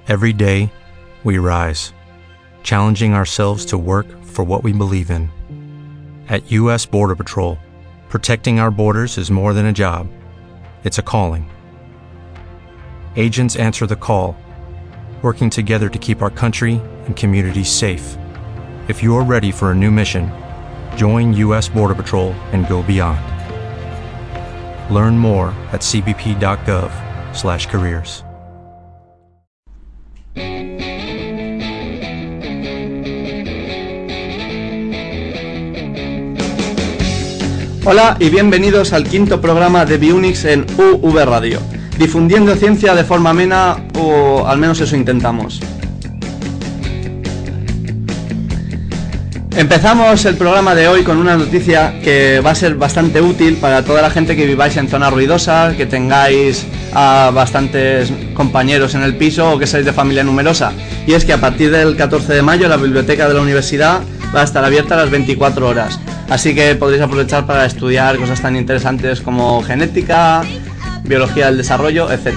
Every day, we rise, challenging ourselves to work for what we believe in. At U.S. Border Patrol, protecting our borders is more than a job. It's a calling. Agents answer the call, working together to keep our country and communities safe. If you are ready for a new mission, join U.S. Border Patrol and go beyond. Learn more at cbp.gov/careers. Hola y bienvenidos al quinto programa de Biunix en UV Radio, difundiendo ciencia de forma amena, o al menos eso intentamos. Empezamos el programa de hoy con una noticia que va a ser bastante útil para toda la gente que viváis en zona ruidosa, que tengáis a bastantes compañeros en el piso o que seáis de familia numerosa. Y es que a partir del 14 de mayo la biblioteca de la universidad va a estar abierta a las 24 horas. Así que podréis aprovechar para estudiar cosas tan interesantes como genética, biología del desarrollo, etc.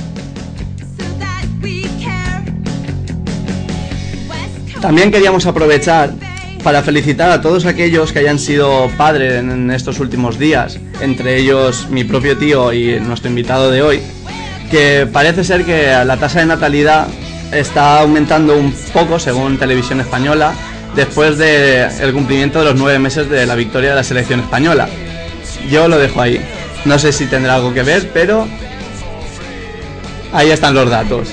También queríamos aprovechar para felicitar a todos aquellos que hayan sido padres en estos últimos días, entre ellos mi propio tío y nuestro invitado de hoy, que parece ser que la tasa de natalidad está aumentando un poco según Televisión Española, después del cumplimiento de los 9 meses de la victoria de la selección española. Yo lo dejo ahí. No sé si tendrá algo que ver, pero ahí están los datos.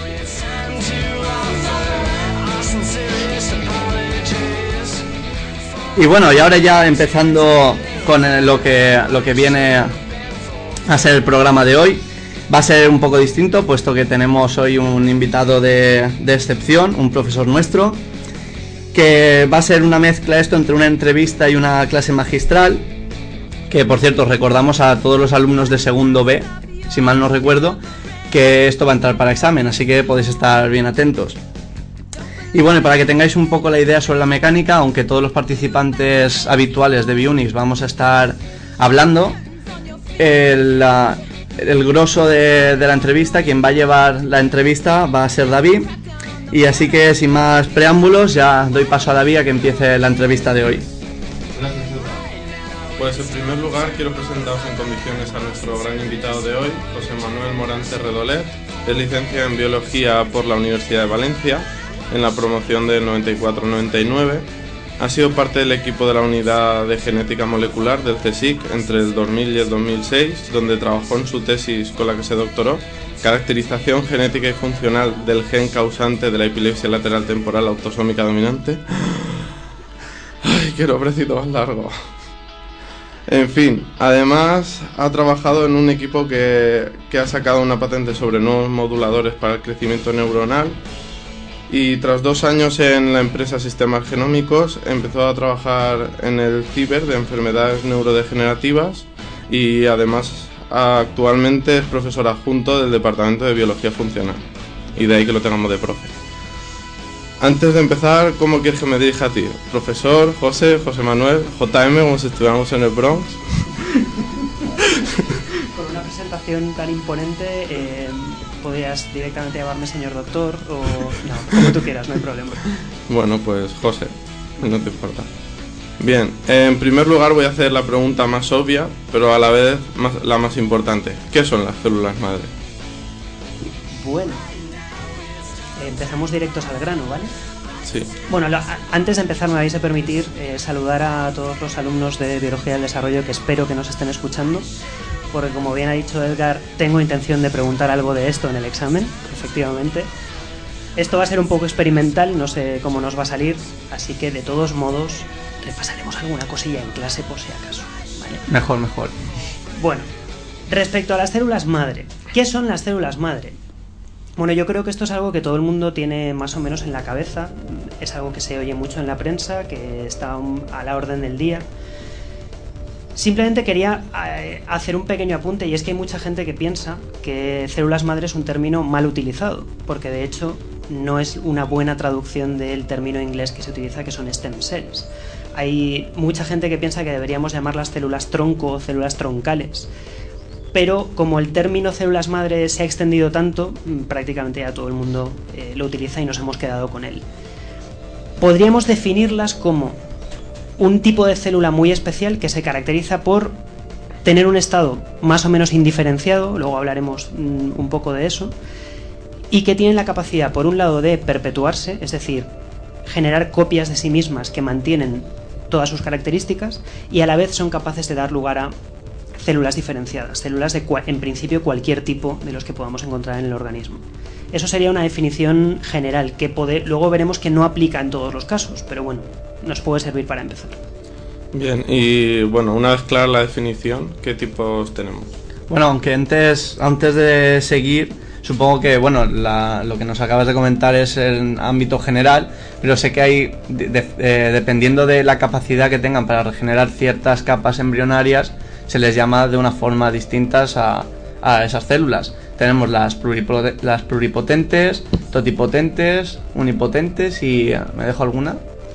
Y bueno, y ahora ya empezando con lo que viene a ser el programa de hoy, va a ser un poco distinto, puesto que tenemos hoy un invitado de excepción, un profesor nuestro, que va a ser una mezcla esto entre una entrevista y una clase magistral, que por cierto recordamos a todos los alumnos de segundo B, si mal no recuerdo, que esto va a entrar para examen, así que podéis estar bien atentos. Y bueno, para que tengáis un poco la idea sobre la mecánica, aunque todos los participantes habituales de Biunix vamos a estar hablando, el grosso de la entrevista, quien va a llevar la entrevista va a ser David. Y así que sin más preámbulos, ya doy paso a David a que empiece la entrevista de hoy. Gracias, Eva. Pues en primer lugar quiero presentaros en condiciones a nuestro gran invitado de hoy, José Manuel Morante Redolet. Es licenciado en Biología por la Universidad de Valencia, en la promoción del 94-99. Ha sido parte del equipo de la Unidad de Genética Molecular del CSIC entre el 2000 y el 2006, donde trabajó en su tesis con la que se doctoró, caracterización genética y funcional del gen causante de la epilepsia lateral temporal autosómica dominante. ¡Ay, qué nombrecito más largo! En fin, además ha trabajado en un equipo que ha sacado una patente sobre nuevos moduladores para el crecimiento neuronal, y tras 2 años en la empresa Sistemas Genómicos empezó a trabajar en el CIBER de enfermedades neurodegenerativas, y además actualmente es profesor adjunto del Departamento de Biología Funcional, y de ahí que lo tengamos de profe. Antes de empezar, ¿cómo quieres que me dirija a ti? ¿Profesor, José Manuel, JM, como si estuviéramos en el Bronx? Con una presentación tan imponente, podrías directamente llamarme señor doctor o... No, como tú quieras, no hay problema. Bueno, pues José, no te importa. Bien, en primer lugar voy a hacer la pregunta más obvia, pero a la vez la más importante. ¿Qué son las células madre? Bueno, empezamos directos al grano, ¿vale? Sí. Bueno, antes de empezar me vais a permitir saludar a todos los alumnos de Biología del Desarrollo que espero que nos estén escuchando, porque como bien ha dicho Edgar, tengo intención de preguntar algo de esto en el examen, efectivamente. Esto va a ser un poco experimental, no sé cómo nos va a salir, así que de todos modos repasaremos alguna cosilla en clase por si acaso, ¿vale? Mejor. Bueno, respecto a las células madre, ¿qué son las células madre? Bueno, yo creo que esto es algo que todo el mundo tiene más o menos en la cabeza, es algo que se oye mucho en la prensa, que está a la orden del día. Simplemente quería hacer un pequeño apunte, y es que hay mucha gente que piensa que células madre es un término mal utilizado, porque de hecho no es una buena traducción del término inglés que se utiliza, que son stem cells. Hay mucha gente que piensa que deberíamos llamarlas células tronco o células troncales, pero como el término células madre se ha extendido tanto, prácticamente ya todo el mundo lo utiliza y nos hemos quedado con él. Podríamos definirlas como un tipo de célula muy especial que se caracteriza por tener un estado más o menos indiferenciado, luego hablaremos un poco de eso, y que tienen la capacidad, por un lado, de perpetuarse, es decir, generar copias de sí mismas que mantienen todas sus características, y a la vez son capaces de dar lugar a células diferenciadas, células de en principio cualquier tipo de los que podamos encontrar en el organismo. Eso sería una definición general, que luego veremos que no aplica en todos los casos, pero bueno, nos puede servir para empezar. Bien, y bueno, una vez clara la definición, ¿qué tipos tenemos? Bueno, aunque antes de seguir, supongo que bueno, lo que nos acabas de comentar es en ámbito general, pero sé que hay, dependiendo de la capacidad que tengan para regenerar ciertas capas embrionarias, se les llama de una forma distintas a esas células. Tenemos las pluripotentes, totipotentes, unipotentes y... ¿me dejo alguna?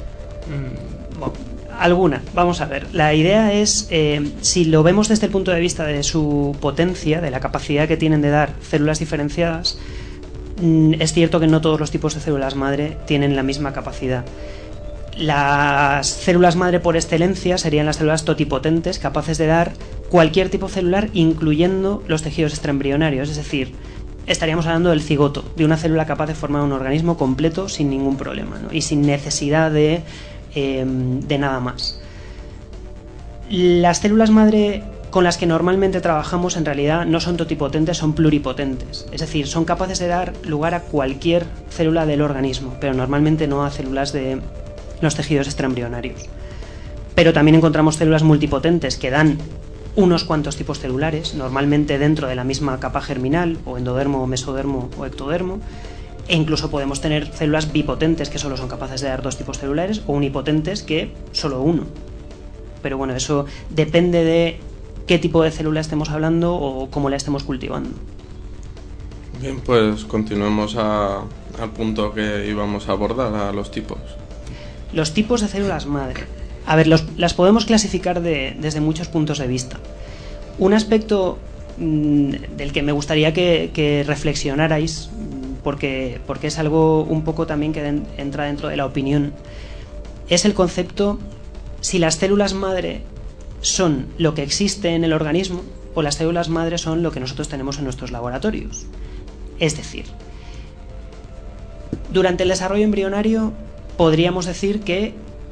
Alguna, vamos a ver. La idea es, si lo vemos desde el punto de vista de su potencia, de la capacidad que tienen de dar células diferenciadas, es cierto que no todos los tipos de células madre tienen la misma capacidad. Las células madre por excelencia serían las células totipotentes, capaces de dar cualquier tipo celular, incluyendo los tejidos extraembrionarios, es decir, estaríamos hablando del cigoto, de una célula capaz de formar un organismo completo sin ningún problema, ¿no? Y sin necesidad de nada más. Las células madre con las que normalmente trabajamos en realidad no son totipotentes, son pluripotentes, es decir, son capaces de dar lugar a cualquier célula del organismo, pero normalmente no a células de los tejidos extraembrionarios. Pero también encontramos células multipotentes que dan unos cuantos tipos celulares, normalmente dentro de la misma capa germinal, o endodermo, mesodermo o ectodermo, e incluso podemos tener células bipotentes que solo son capaces de dar dos tipos celulares, o unipotentes que solo uno. Pero bueno, eso depende de qué tipo de célula estemos hablando o cómo la estemos cultivando. Bien, pues continuemos al punto que íbamos a abordar, a los tipos. Los tipos de células madre. A ver, las podemos clasificar desde muchos puntos de vista. Un aspecto del que me gustaría que reflexionarais, porque es algo un poco también que entra dentro de la opinión, es el concepto si las células madre son lo que existe en el organismo o las células madre son lo que nosotros tenemos en nuestros laboratorios. Es decir, durante el desarrollo embrionario podríamos decir que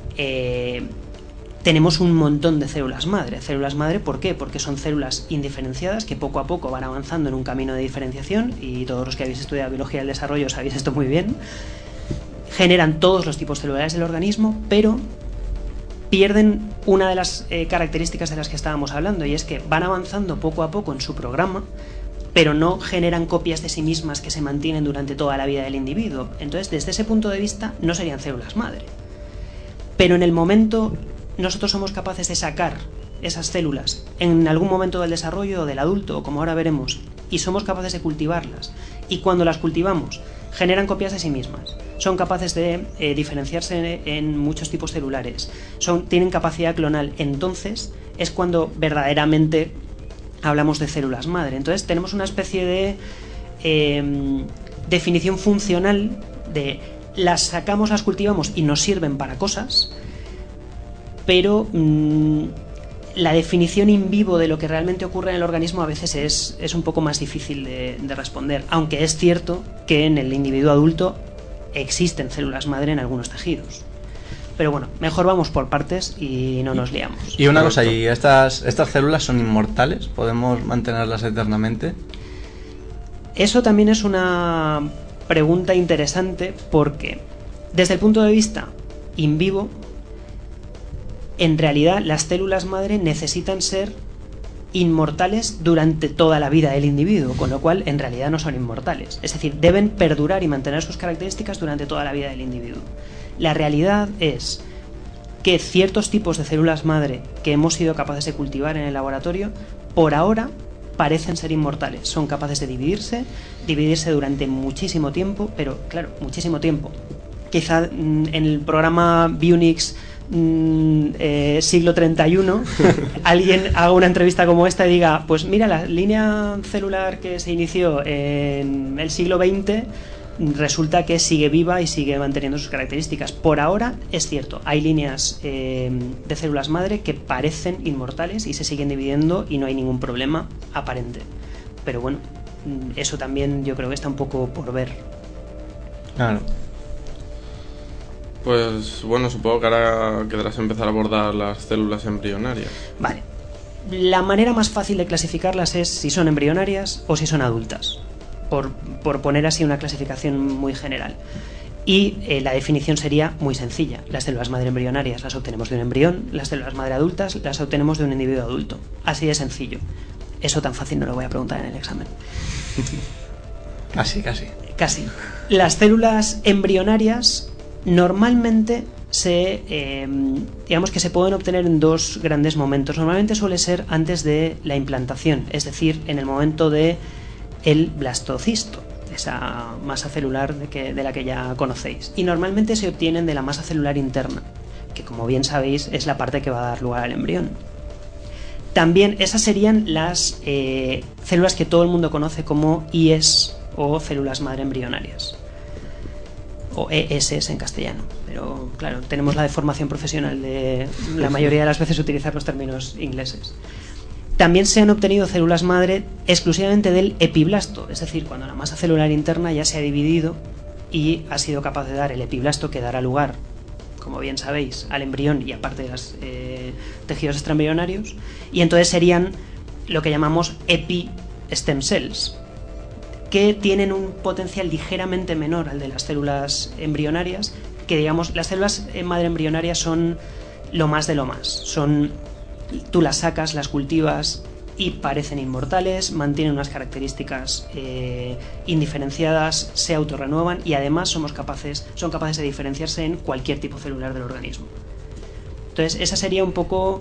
tenemos un montón de células madre. Células madre, ¿por qué? Porque son células indiferenciadas que poco a poco van avanzando en un camino de diferenciación, y todos los que habéis estudiado biología del desarrollo sabéis esto muy bien. Generan todos los tipos celulares del organismo, pero pierden una de las características de las que estábamos hablando, y es que van avanzando poco a poco en su programa, pero no generan copias de sí mismas que se mantienen durante toda la vida del individuo. Entonces, desde ese punto de vista, no serían células madre. Pero en el momento nosotros somos capaces de sacar esas células en algún momento del desarrollo del adulto, como ahora veremos, y somos capaces de cultivarlas, y cuando las cultivamos generan copias de sí mismas, son capaces de diferenciarse en muchos tipos celulares, tienen capacidad clonal, entonces es cuando verdaderamente hablamos de células madre. Entonces tenemos una especie de definición funcional de las sacamos, las cultivamos y nos sirven para cosas, pero la definición in vivo de lo que realmente ocurre en el organismo a veces es un poco más difícil de responder, aunque es cierto que en el individuo adulto existen células madre en algunos tejidos. Pero bueno, mejor vamos por partes y no nos liamos. Y una cosa, ¿y estas células son inmortales? ¿Podemos mantenerlas eternamente? Eso también es una pregunta interesante, porque desde el punto de vista in vivo, en realidad las células madre necesitan ser inmortales durante toda la vida del individuo, con lo cual en realidad no son inmortales. Es decir, deben perdurar y mantener sus características durante toda la vida del individuo. La realidad es que ciertos tipos de células madre que hemos sido capaces de cultivar en el laboratorio, por ahora parecen ser inmortales. Son capaces de dividirse durante muchísimo tiempo, pero claro, muchísimo tiempo. Quizá en el programa Biunix siglo 31 alguien haga una entrevista como esta y diga, pues mira, la línea celular que se inició en el siglo XX resulta que sigue viva y sigue manteniendo sus características. Por ahora es cierto, hay líneas de células madre que parecen inmortales y se siguen dividiendo y no hay ningún problema aparente, pero bueno, eso también yo creo que está un poco por ver. Claro. Pues bueno, supongo que ahora querrás empezar a abordar las células embrionarias. Vale. La manera más fácil de clasificarlas es si son embrionarias o si son adultas, por poner así una clasificación muy general. Y la definición sería muy sencilla. Las células madre embrionarias las obtenemos de un embrión, las células madre adultas las obtenemos de un individuo adulto. Así de sencillo. Eso tan fácil no lo voy a preguntar en el examen. Casi. Casi. Las células embrionarias normalmente digamos que se pueden obtener en dos grandes momentos. Normalmente suele ser antes de la implantación, es decir, en el momento de el blastocisto, esa masa celular de la que ya conocéis. Y normalmente se obtienen de la masa celular interna, que como bien sabéis es la parte que va a dar lugar al embrión. También esas serían las células que todo el mundo conoce como IES o células madre embrionarias, o ESS en castellano, pero claro, tenemos la deformación profesional de la mayoría de las veces utilizar los términos ingleses. También se han obtenido células madre exclusivamente del epiblasto, es decir, cuando la masa celular interna ya se ha dividido y ha sido capaz de dar el epiblasto que dará lugar, como bien sabéis, al embrión y aparte de los tejidos extraembrionarios, y entonces serían lo que llamamos epi-stem cells, que tienen un potencial ligeramente menor al de las células embrionarias, que digamos, las células madre embrionarias son lo más de lo más. Tú las sacas, las cultivas y parecen inmortales, mantienen unas características indiferenciadas, se autorrenuevan y además son capaces de diferenciarse en cualquier tipo celular del organismo. Entonces, esa sería un poco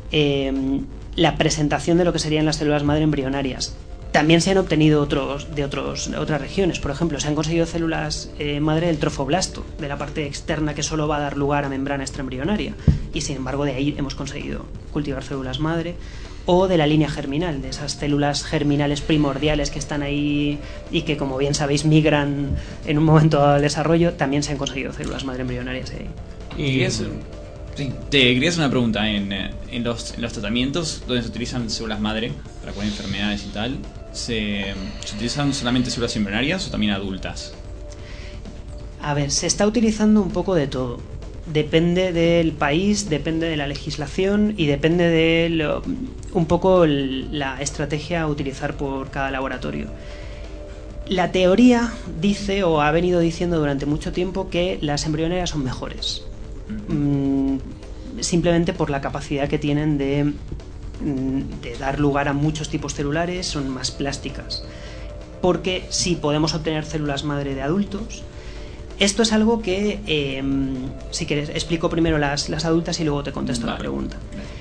la presentación de lo que serían las células madre embrionarias. También se han obtenido de otras regiones. Por ejemplo, se han conseguido células madre del trofoblasto, de la parte externa que solo va a dar lugar a membrana extraembrionaria. Y sin embargo, de ahí hemos conseguido cultivar células madre. O de la línea germinal, de esas células germinales primordiales que están ahí y que, como bien sabéis, migran en un momento al desarrollo. También se han conseguido células madre embrionarias ahí. Te quería hacer una pregunta. En los tratamientos donde se utilizan células madre para curar enfermedades y tal, ¿se utilizan solamente células embrionarias o también adultas? A ver, se está utilizando un poco de todo. Depende del país, depende de la legislación y depende de un poco la estrategia a utilizar por cada laboratorio. La teoría dice, o ha venido diciendo durante mucho tiempo, que las embrionarias son mejores. Simplemente por la capacidad que tienen de dar lugar a muchos tipos celulares, son más plásticas. Porque si podemos obtener células madre de adultos, esto es algo que, si quieres, explico primero las adultas y luego te contesto la pregunta.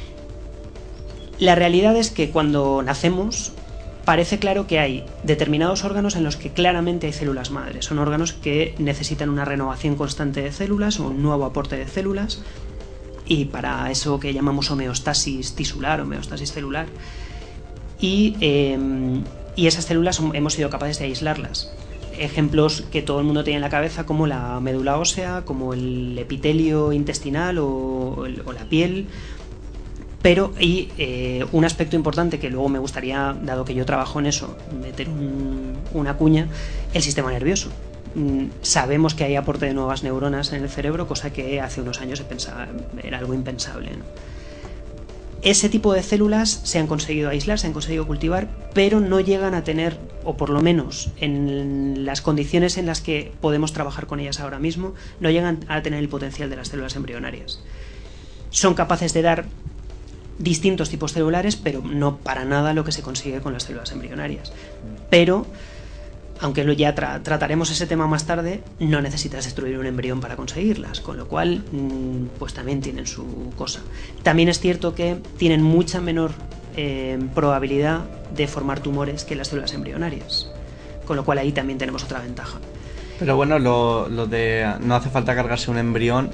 La realidad es que cuando nacemos parece claro que hay determinados órganos en los que claramente hay células madre. Son órganos que necesitan una renovación constante de células o un nuevo aporte de células, y para eso que llamamos homeostasis tisular, homeostasis celular, y esas células hemos sido capaces de aislarlas. Ejemplos que todo el mundo tiene en la cabeza, como la médula ósea, como el epitelio intestinal o la piel. Pero un aspecto importante que luego me gustaría, dado que yo trabajo en eso, meter una cuña: el sistema nervioso. Sabemos que hay aporte de nuevas neuronas en el cerebro, cosa que hace unos años se pensaba era algo impensable, ¿no? Ese tipo de células se han conseguido aislar, se han conseguido cultivar, pero no llegan a tener, o por lo menos en las condiciones en las que podemos trabajar con ellas ahora mismo, no llegan a tener el potencial de las células embrionarias. Son capaces de dar distintos tipos celulares, pero no para nada lo que se consigue con las células embrionarias. Pero, aunque ya trataremos ese tema más tarde, no necesitas destruir un embrión para conseguirlas, con lo cual pues también tienen su cosa. También es cierto que tienen mucha menor probabilidad de formar tumores que las células embrionarias, con lo cual ahí también tenemos otra ventaja. Pero bueno, lo de no hace falta cargarse un embrión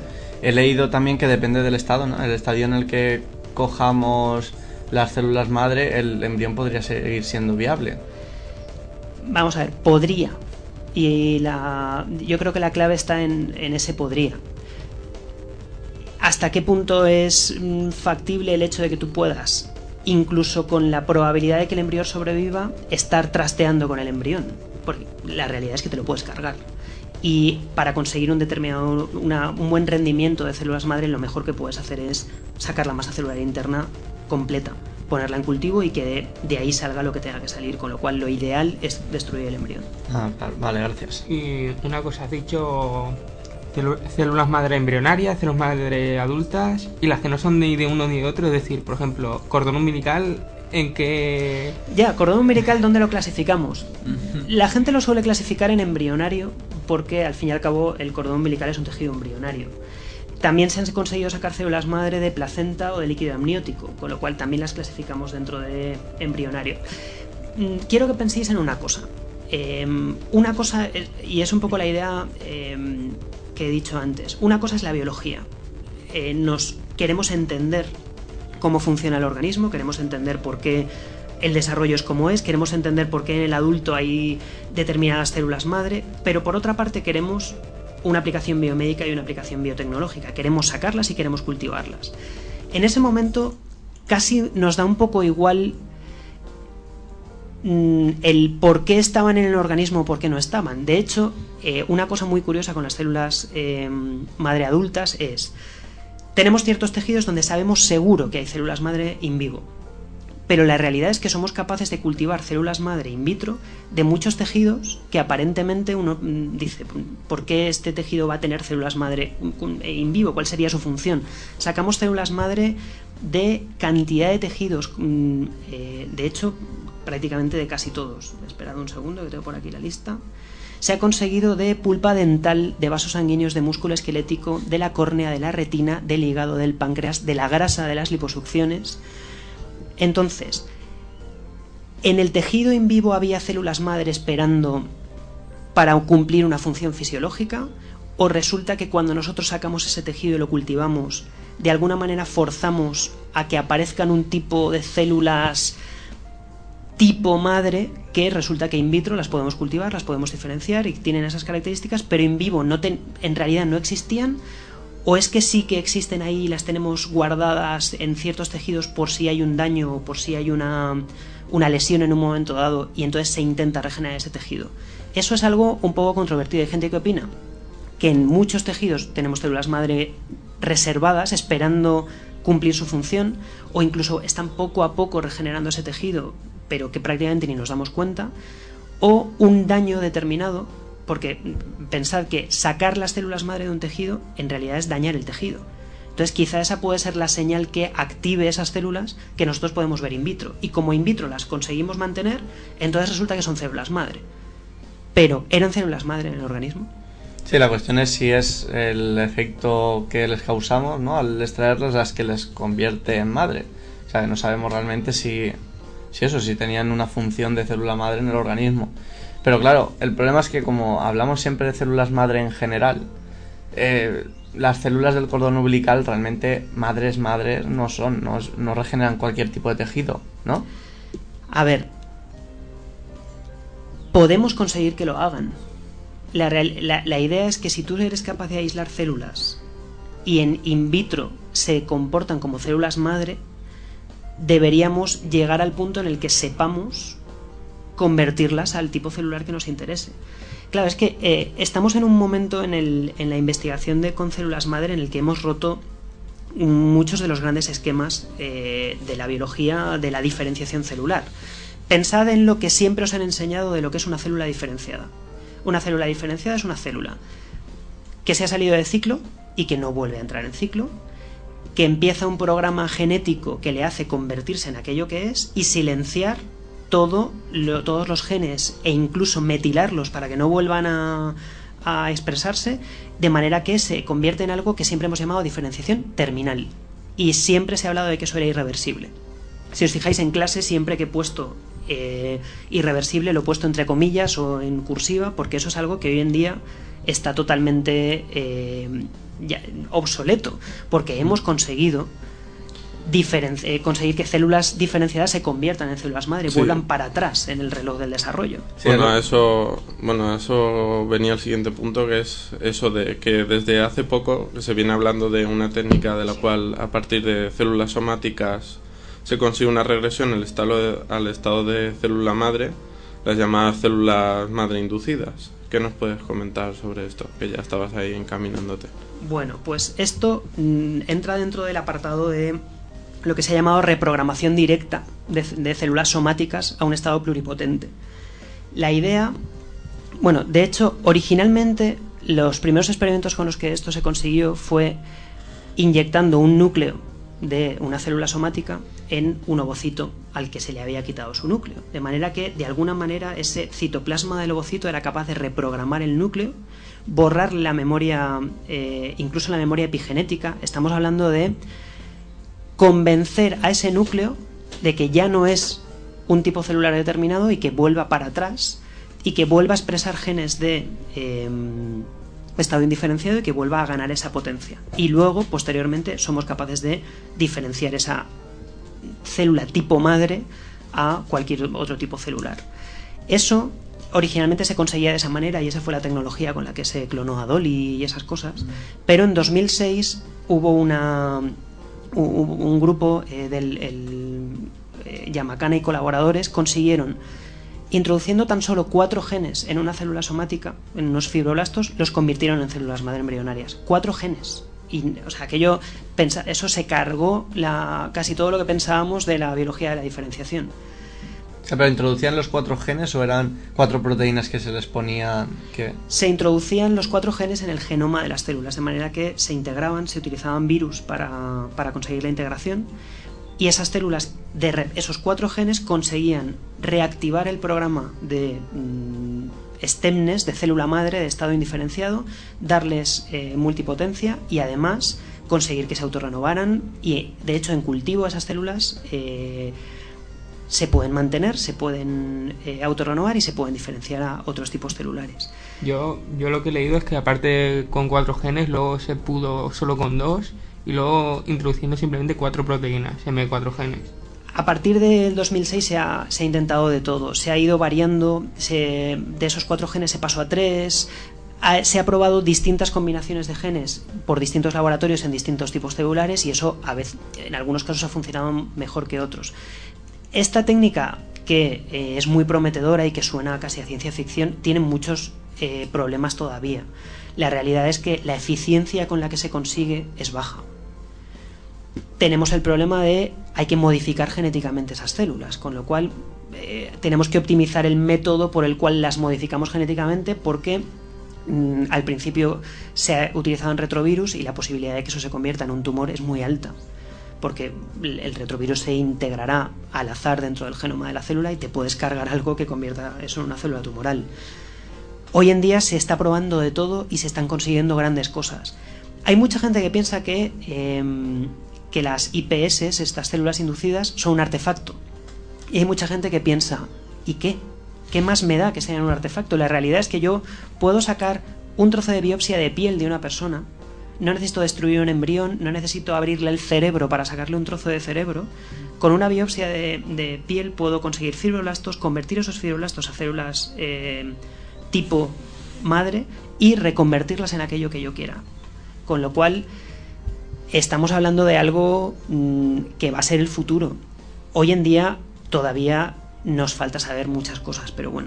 he leído también que depende del estado, ¿no? El estadio en el que cojamos las células madre, el embrión podría seguir siendo viable. Vamos a ver, podría. Y yo creo que la clave está en ese podría. ¿Hasta qué punto es factible el hecho de que tú puedas, incluso con la probabilidad de que el embrión sobreviva, estar trasteando con el embrión? Porque la realidad es que te lo puedes cargar. Y para conseguir un buen rendimiento de células madre, lo mejor que puedes hacer es sacar la masa celular interna completa, ponerla en cultivo y que de ahí salga lo que tenga que salir, con lo cual lo ideal es destruir el embrión. Vale, gracias. Y una cosa, has dicho células madre embrionarias, células madre adultas, y las que no son ni de uno ni de otro, es decir, por ejemplo, cordón umbilical, ¿en qué...? Ya, cordón umbilical, ¿dónde lo clasificamos? La gente lo suele clasificar en embrionario porque al fin y al cabo el cordón umbilical es un tejido embrionario. También se han conseguido sacar células madre de placenta o de líquido amniótico, con lo cual también las clasificamos dentro de embrionario. Quiero que penséis en una cosa. Una cosa, y es un poco la idea que he dicho antes, una cosa es la biología. Nos queremos entender cómo funciona el organismo, queremos entender por qué el desarrollo es como es, queremos entender por qué en el adulto hay determinadas células madre, pero por otra parte queremos una aplicación biomédica y una aplicación biotecnológica, queremos sacarlas y queremos cultivarlas. En ese momento casi nos da un poco igual el por qué estaban en el organismo o por qué no estaban. De hecho, una cosa muy curiosa con las células madre adultas es: tenemos ciertos tejidos donde sabemos seguro que hay células madre in vivo, pero la realidad es que somos capaces de cultivar células madre in vitro de muchos tejidos que aparentemente uno dice, ¿por qué este tejido va a tener células madre in vivo? ¿Cuál sería su función? Sacamos células madre de cantidad de tejidos, de hecho, prácticamente de casi todos. Esperad un segundo que tengo por aquí la lista. Se ha conseguido de pulpa dental, de vasos sanguíneos, de músculo esquelético, de la córnea, de la retina, del hígado, del páncreas, de la grasa de las liposucciones. Entonces, ¿en el tejido in vivo había células madre esperando para cumplir una función fisiológica? ¿O resulta que cuando nosotros sacamos ese tejido y lo cultivamos, de alguna manera forzamos a que aparezcan un tipo de células tipo madre que resulta que in vitro las podemos cultivar, las podemos diferenciar y tienen esas características, pero in vivo en realidad no existían? ¿O es que sí que existen ahí y las tenemos guardadas en ciertos tejidos por si hay un daño o por si hay una lesión en un momento dado y entonces se intenta regenerar ese tejido? Eso es algo un poco controvertido. Hay gente que opina que en muchos tejidos tenemos células madre reservadas esperando cumplir su función, o incluso están poco a poco regenerando ese tejido pero que prácticamente ni nos damos cuenta, o un daño determinado, porque pensad que sacar las células madre de un tejido en realidad es dañar el tejido. Entonces quizá esa puede ser la señal que active esas células que nosotros podemos ver in vitro, y como in vitro las conseguimos mantener, entonces resulta que son células madre. Pero ¿eran células madre en el organismo? Sí, la cuestión es si es el efecto que les causamos, ¿no?, al extraerlas, las que les convierte en madre. O sea, no sabemos realmente si tenían una función de célula madre en el organismo. Pero claro, el problema es que como hablamos siempre de células madre en general, las células del cordón umbilical realmente madres no son, no regeneran cualquier tipo de tejido, ¿no? A ver, podemos conseguir que lo hagan. La idea es que si tú eres capaz de aislar células y en in vitro se comportan como células madre, deberíamos llegar al punto en el que sepamos convertirlas al tipo celular que nos interese. Claro, es que estamos en un momento en la investigación con células madre en el que hemos roto muchos de los grandes esquemas de la biología de la diferenciación celular. Pensad en lo que siempre os han enseñado de lo que es una célula diferenciada. Una célula diferenciada es una célula que se ha salido de ciclo y que no vuelve a entrar en ciclo, que empieza un programa genético que le hace convertirse en aquello que es y silenciar todos los genes e incluso metilarlos para que no vuelvan a expresarse, de manera que se convierte en algo que siempre hemos llamado diferenciación terminal. Y siempre se ha hablado de que eso era irreversible. Si os fijáis en clase, siempre que he puesto irreversible lo he puesto entre comillas o en cursiva, porque eso es algo que hoy en día está totalmente ya obsoleto, porque hemos conseguido conseguir que células diferenciadas se conviertan en células madre, Sí. vuelvan para atrás en el reloj del desarrollo. Sí, Bueno, ¿no? a eso venía el siguiente punto, que es eso de que desde hace poco se viene hablando de una técnica de la cual a partir de células somáticas se consigue una regresión al estado de célula madre, las llamadas células madre inducidas. ¿Qué nos puedes comentar sobre esto? Que ya estabas ahí encaminándote. Bueno, pues esto entra dentro del apartado de lo que se ha llamado reprogramación directa de células somáticas a un estado pluripotente. La idea, bueno, de hecho, originalmente los primeros experimentos con los que esto se consiguió fue inyectando un núcleo de una célula somática en un ovocito al que se le había quitado su núcleo. De manera que, de alguna manera, ese citoplasma del ovocito era capaz de reprogramar el núcleo, borrar la memoria, incluso la memoria epigenética. Estamos hablando de convencer a ese núcleo de que ya no es un tipo celular determinado y que vuelva para atrás y que vuelva a expresar genes de estado indiferenciado y que vuelva a ganar esa potencia. Y luego, posteriormente, somos capaces de diferenciar esa célula tipo madre a cualquier otro tipo celular. Eso originalmente se conseguía de esa manera y esa fue la tecnología con la que se clonó a Dolly y esas cosas, pero en 2006 hubo un grupo Yamakana y colaboradores consiguieron, introduciendo tan solo 4 genes en una célula somática, en unos fibroblastos, los convirtieron en células madre embrionarias. 4 genes. Y, o sea, eso se cargó casi todo lo que pensábamos de la biología de la diferenciación. O sea, ¿pero introducían los 4 genes o eran 4 proteínas que se les ponían? Se introducían los 4 genes en el genoma de las células, de manera que se integraban, se utilizaban virus para conseguir la integración, y esas células, esos 4 genes conseguían reactivar el programa de STEMNES, de célula madre de estado indiferenciado, darles multipotencia y además conseguir que se autorrenovaran, y de hecho en cultivo esas células se pueden mantener, se pueden autorrenovar y se pueden diferenciar a otros tipos celulares. Yo lo que he leído es que aparte con 4 genes, luego se pudo solo con 2 y luego introduciendo simplemente 4 proteínas en vez de 4 genes. A partir del 2006 se ha intentado de todo, se ha ido variando, de esos 4 genes se pasó a 3, se ha probado distintas combinaciones de genes por distintos laboratorios en distintos tipos celulares y eso a veces, en algunos casos ha funcionado mejor que otros. Esta técnica, que es muy prometedora y que suena casi a ciencia ficción, tiene muchos problemas todavía. La realidad es que la eficiencia con la que se consigue es baja. Tenemos el problema de hay que modificar genéticamente esas células, con lo cual tenemos que optimizar el método por el cual las modificamos genéticamente, porque al principio se utilizaban retrovirus y la posibilidad de que eso se convierta en un tumor es muy alta, porque el retrovirus se integrará al azar dentro del genoma de la célula y te puedes cargar algo que convierta eso en una célula tumoral. Hoy en día se está probando de todo y se están consiguiendo grandes cosas. Hay mucha gente que piensa que las IPS, estas células inducidas, son un artefacto. Y hay mucha gente que piensa, ¿y qué? ¿Qué más me da que sean un artefacto? La realidad es que yo puedo sacar un trozo de biopsia de piel de una persona, no necesito destruir un embrión, no necesito abrirle el cerebro para sacarle un trozo de cerebro. Con una biopsia de piel puedo conseguir fibroblastos, convertir esos fibroblastos a células tipo madre y reconvertirlas en aquello que yo quiera. Con lo cual estamos hablando de algo que va a ser el futuro. Hoy en día todavía nos falta saber muchas cosas, pero bueno,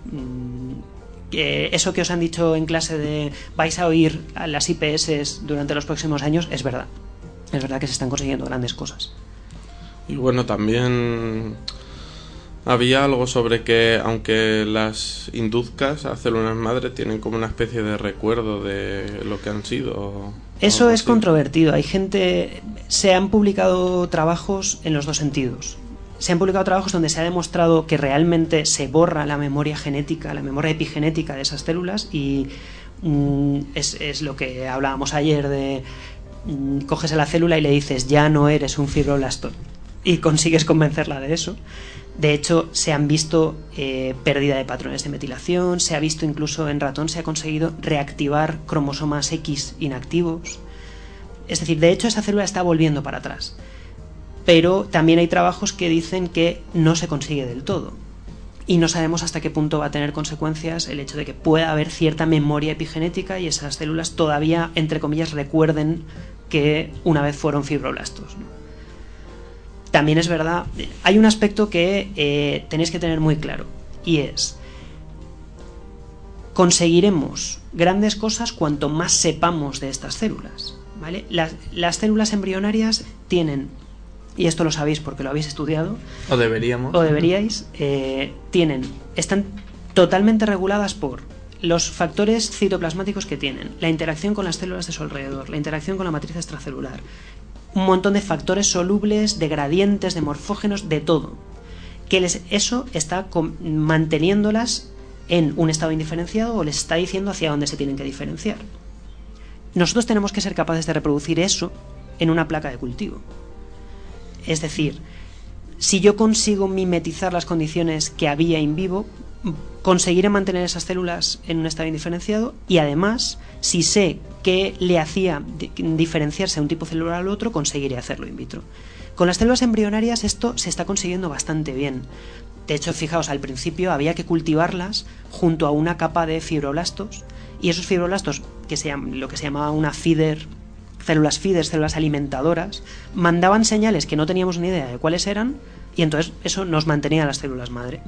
eso que os han dicho en clase de vais a oír a las IPS durante los próximos años, es verdad. Es verdad que se están consiguiendo grandes cosas. Y bueno, también había algo sobre que aunque las induzcas a células madre tienen como una especie de recuerdo de lo que han sido. Eso es así. controvertido. Hay gente... Se han publicado trabajos en los dos sentidos. Se han publicado trabajos donde se ha demostrado que realmente se borra la memoria genética, la memoria epigenética de esas células y es lo que hablábamos ayer de coges a la célula y le dices ya no eres un fibroblasto y consigues convencerla de eso. De hecho, se han visto pérdida de patrones de metilación, se ha visto incluso en ratón, se ha conseguido reactivar cromosomas X inactivos. Es decir, de hecho esa célula está volviendo para atrás. Pero también hay trabajos que dicen que no se consigue del todo. Y no sabemos hasta qué punto va a tener consecuencias el hecho de que pueda haber cierta memoria epigenética y esas células todavía, entre comillas, recuerden que una vez fueron fibroblastos, ¿no? También es verdad, hay un aspecto que tenéis que tener muy claro, y es: conseguiremos grandes cosas cuanto más sepamos de estas células, ¿vale? Las células embrionarias tienen, y esto lo sabéis porque lo habéis estudiado, o deberíais, están totalmente reguladas por los factores citoplasmáticos que tienen, la interacción con las células de su alrededor, la interacción con la matriz extracelular, un montón de factores solubles, de gradientes, de morfógenos, de todo. Eso está manteniéndolas en un estado indiferenciado o les está diciendo hacia dónde se tienen que diferenciar. Nosotros tenemos que ser capaces de reproducir eso en una placa de cultivo. Es decir, si yo consigo mimetizar las condiciones que había in vivo, conseguiré mantener esas células en un estado indiferenciado, y además, si sé qué le hacía diferenciarse a un tipo celular al otro, conseguiré hacerlo in vitro. Con las células embrionarias esto se está consiguiendo bastante bien. De hecho, fijaos, al principio había que cultivarlas junto a una capa de fibroblastos, y esos fibroblastos, lo que se llamaba una feeder, células alimentadoras, mandaban señales que no teníamos ni idea de cuáles eran, y entonces eso nos mantenía las células madre.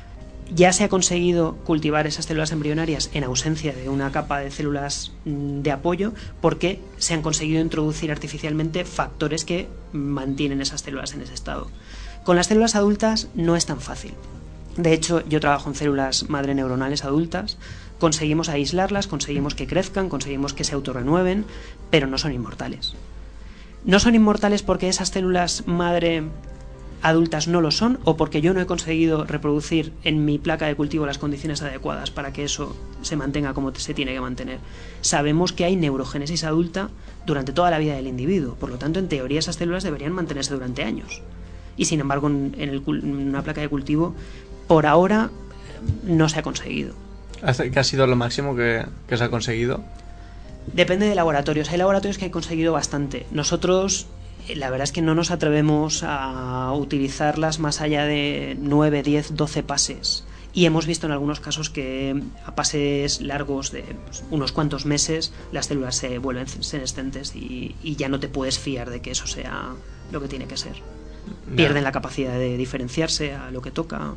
Ya se ha conseguido cultivar esas células embrionarias en ausencia de una capa de células de apoyo, porque se han conseguido introducir artificialmente factores que mantienen esas células en ese estado. Con las células adultas no es tan fácil. De hecho, yo trabajo en células madre neuronales adultas, conseguimos aislarlas, conseguimos que crezcan, conseguimos que se autorrenueven, pero no son inmortales. No son inmortales porque esas células madre adultas no lo son, o porque yo no he conseguido reproducir en mi placa de cultivo las condiciones adecuadas para que eso se mantenga como se tiene que mantener. Sabemos que hay neurogénesis adulta durante toda la vida del individuo, por lo tanto, en teoría esas células deberían mantenerse durante años. Y sin embargo, en una placa de cultivo, por ahora, no se ha conseguido. ¿Qué ha sido lo máximo que se ha conseguido? Depende de laboratorios. Hay laboratorios que han conseguido bastante. Nosotros, la verdad es que no nos atrevemos a utilizarlas más allá de 9, 10, 12 pases. Y hemos visto en algunos casos que a pases largos de unos cuantos meses las células se vuelven senescentes y ya no te puedes fiar de que eso sea lo que tiene que ser. Pierden la capacidad de diferenciarse a lo que toca.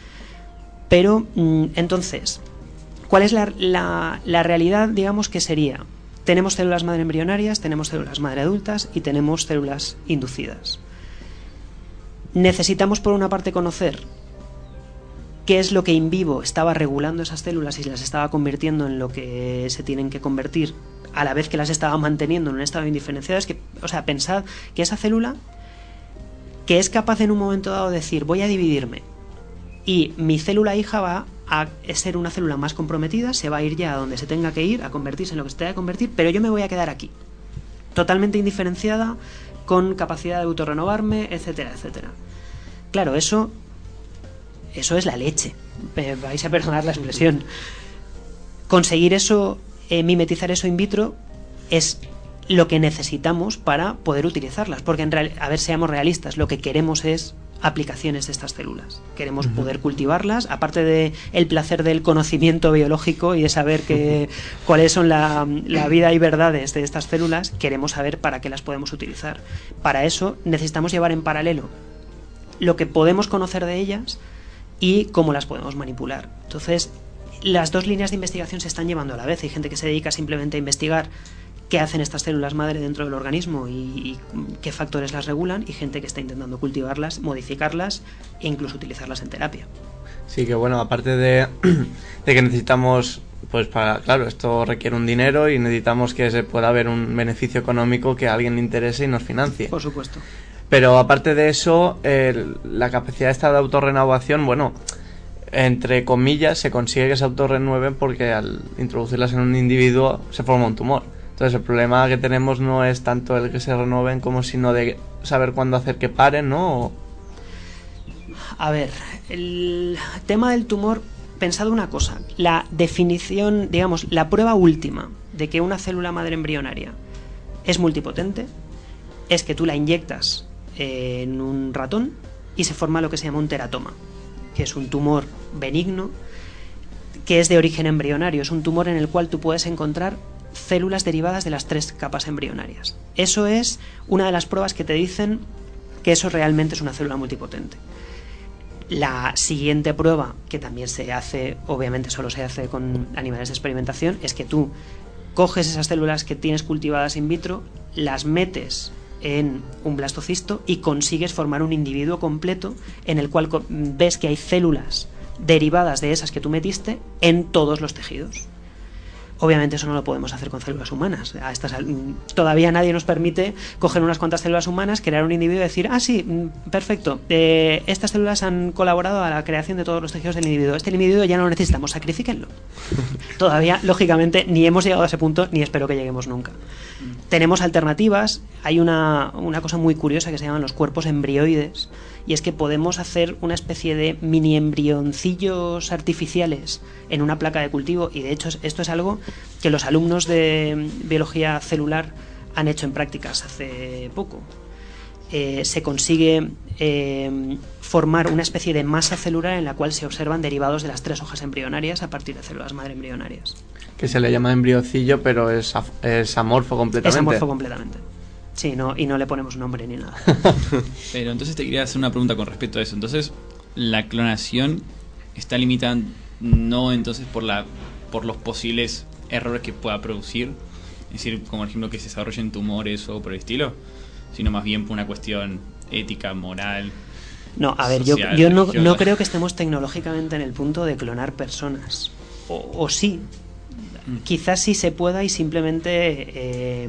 Pero, entonces, ¿cuál es la realidad, digamos, que sería? Tenemos células madre embrionarias, tenemos células madre adultas y tenemos células inducidas. Necesitamos, por una parte, conocer qué es lo que in vivo estaba regulando esas células y las estaba convirtiendo en lo que se tienen que convertir, a la vez que las estaba manteniendo en un estado indiferenciado. Pensad que esa célula, que es capaz en un momento dado de decir, voy a dividirme, y mi célula hija va a ser una célula más comprometida, se va a ir ya a donde se tenga que ir, a convertirse en lo que se tenga que convertir, pero yo me voy a quedar aquí, totalmente indiferenciada, con capacidad de autorrenovarme, etcétera, etcétera. Claro, eso es la leche, vais a perdonar la expresión. Conseguir eso, mimetizar eso in vitro, es lo que necesitamos para poder utilizarlas, porque a ver, seamos realistas, lo que queremos es aplicaciones de estas células. Queremos poder cultivarlas, aparte de el placer del conocimiento biológico y de saber cuáles son la vida y verdades de estas células, queremos saber para qué las podemos utilizar. Para eso necesitamos llevar en paralelo lo que podemos conocer de ellas y cómo las podemos manipular. Entonces, las dos líneas de investigación se están llevando a la vez. Hay gente que se dedica simplemente a investigar qué hacen estas células madre dentro del organismo y qué factores las regulan, y gente que está intentando cultivarlas, modificarlas e incluso utilizarlas en terapia. Sí, que bueno, aparte de que necesitamos, pues claro, esto requiere un dinero y necesitamos que se pueda haber un beneficio económico que a alguien le interese y nos financie. Por supuesto. Pero aparte de eso, la capacidad esta de autorrenovación, bueno, entre comillas, se consigue que se autorrenueven porque al introducirlas en un individuo se forma un tumor. Entonces el problema que tenemos no es tanto el que se renueven como sino de saber cuándo hacer que paren, ¿no? A ver, el tema del tumor, pensad una cosa, la definición, digamos, la prueba última de que una célula madre embrionaria es multipotente es que tú la inyectas en un ratón y se forma lo que se llama un teratoma, que es un tumor benigno que es de origen embrionario, es un tumor en el cual tú puedes encontrar células derivadas de las 3 capas embrionarias. Eso es una de las pruebas que te dicen que eso realmente es una célula multipotente. La siguiente prueba, que también se hace, obviamente solo se hace con animales de experimentación, es que tú coges esas células que tienes cultivadas in vitro, las metes en un blastocisto y consigues formar un individuo completo en el cual ves que hay células derivadas de esas que tú metiste en todos los tejidos. Obviamente eso no lo podemos hacer con células humanas. Todavía nadie nos permite coger unas cuantas células humanas, crear un individuo y decir, sí, perfecto, estas células han colaborado a la creación de todos los tejidos del individuo. Este individuo ya no lo necesitamos, sacrifíquenlo. Todavía, lógicamente, ni hemos llegado a ese punto, ni espero que lleguemos nunca. Tenemos alternativas. Hay una cosa muy curiosa que se llaman los cuerpos embrioides, y es que podemos hacer una especie de mini embrioncillos artificiales en una placa de cultivo, y de hecho esto es algo que los alumnos de biología celular han hecho en prácticas hace poco. Se consigue formar una especie de masa celular en la cual se observan derivados de las 3 hojas embrionarias a partir de células madre embrionarias. Que se le llama embriocillo, pero es amorfo completamente. Es amorfo completamente. Sí, y no le ponemos nombre ni nada. Pero entonces te quería hacer una pregunta con respecto a eso. Entonces, ¿la clonación está limitada no entonces por los posibles errores que pueda producir? Es decir, como por ejemplo que se desarrollen tumores o por el estilo, sino más bien por una cuestión ética, moral. No, a ver, social, yo no creo que estemos tecnológicamente en el punto de clonar personas. O sí. Quizás sí se pueda y simplemente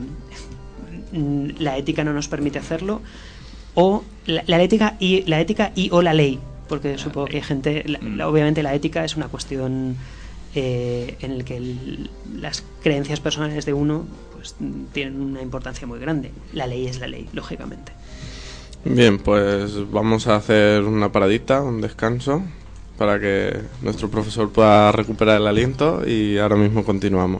la ética no nos permite hacerlo, o la ética y o la ley, porque supongo que hay gente, obviamente la ética es una cuestión en la que las creencias personales de uno pues tienen una importancia muy grande. La ley es la ley, lógicamente. Bien, pues vamos a hacer una paradita, un descanso, para que nuestro profesor pueda recuperar el aliento, y ahora mismo continuamos.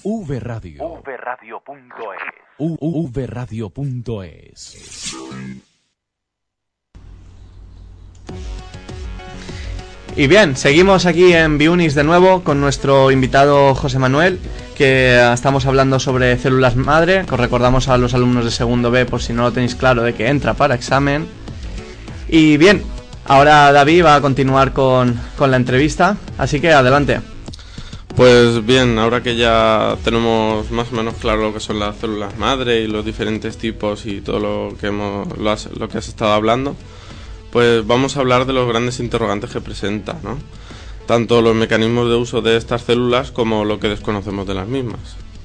vradio. vradio.es. Y bien, seguimos aquí en Biunis de nuevo con nuestro invitado José Manuel, que estamos hablando sobre células madre, que os recordamos a los alumnos de segundo B por si no lo tenéis claro de que entra para examen. Y bien, ahora David va a continuar con la entrevista, así que adelante. Pues bien, ahora que ya tenemos más o menos claro lo que son las células madre y los diferentes tipos y todo lo que has estado hablando, pues vamos a hablar de los grandes interrogantes que presenta, ¿no? Tanto los mecanismos de uso de estas células como lo que desconocemos de las mismas.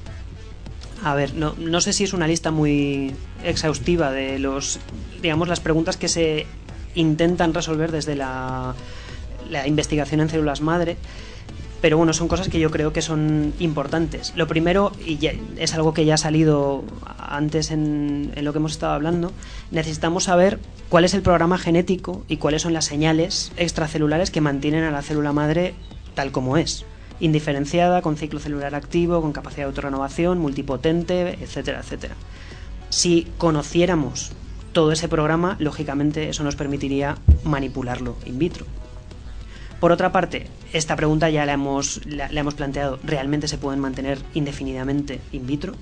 A ver, no sé si es una lista muy exhaustiva de las preguntas que se intentan resolver desde la investigación en células madre, pero bueno, son cosas que yo creo que son importantes. Lo primero, y es algo que ya ha salido antes en lo que hemos estado hablando, necesitamos saber cuál es el programa genético y cuáles son las señales extracelulares que mantienen a la célula madre tal como es, indiferenciada, con ciclo celular activo, con capacidad de autorrenovación, multipotente, etcétera, etcétera. Si conociéramos todo ese programa, lógicamente eso nos permitiría manipularlo in vitro. Por otra parte, esta pregunta ya la hemos planteado. ¿Realmente se pueden mantener indefinidamente in vitro?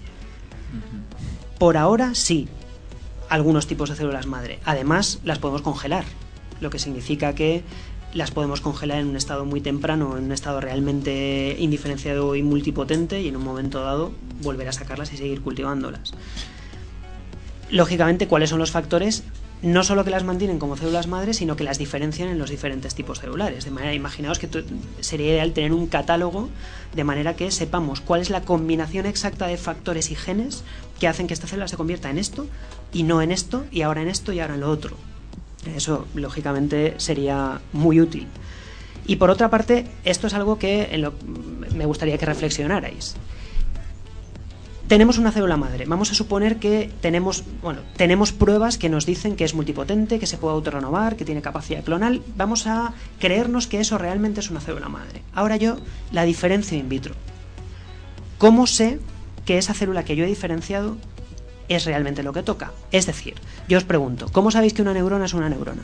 Por ahora sí, algunos tipos de células madre. Además, las podemos congelar, lo que significa que las podemos congelar en un estado muy temprano, en un estado realmente indiferenciado y multipotente, y en un momento dado volver a sacarlas y seguir cultivándolas. Lógicamente, ¿cuáles son los factores? No solo que las mantienen como células madre, sino que las diferencian en los diferentes tipos celulares. De manera, imaginaos que sería ideal tener un catálogo de manera que sepamos cuál es la combinación exacta de factores y genes que hacen que esta célula se convierta en esto y no en esto, y ahora en esto y ahora en lo otro. Eso, lógicamente, sería muy útil. Y por otra parte, esto es algo que me gustaría que reflexionarais. Tenemos una célula madre. Vamos a suponer que tenemos pruebas que nos dicen que es multipotente, que se puede autorrenovar, que tiene capacidad clonal. Vamos a creernos que eso realmente es una célula madre. Ahora yo la diferencio in vitro. ¿Cómo sé que esa célula que yo he diferenciado es realmente lo que toca? Es decir, yo os pregunto, ¿cómo sabéis que una neurona es una neurona?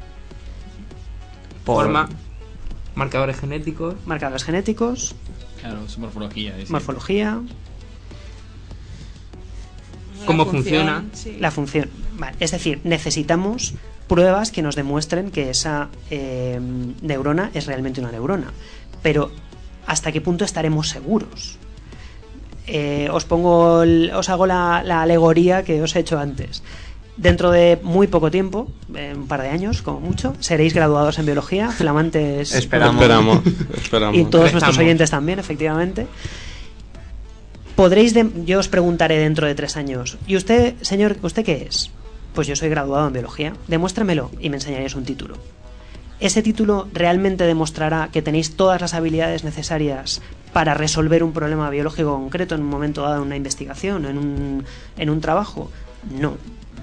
Forma, marcadores genéticos. Marcadores genéticos. Claro, su morfología. Morfología. ¿Cómo funciona? Sí. La función. Vale. Es decir, necesitamos pruebas que nos demuestren que esa neurona es realmente una neurona. Pero, ¿hasta qué punto estaremos seguros? Os hago la alegoría que os he hecho antes. Dentro de muy poco tiempo, un par de años como mucho, seréis graduados en biología, flamantes. Esperamos. Y todos nuestros oyentes también, efectivamente. Yo os preguntaré dentro de 3 años, ¿y usted, señor, usted qué es? Pues yo soy graduado en biología. Demuéstremelo y me enseñaréis un título. ¿Ese título realmente demostrará que tenéis todas las habilidades necesarias para resolver un problema biológico concreto en un momento dado, en una investigación, en un trabajo? No.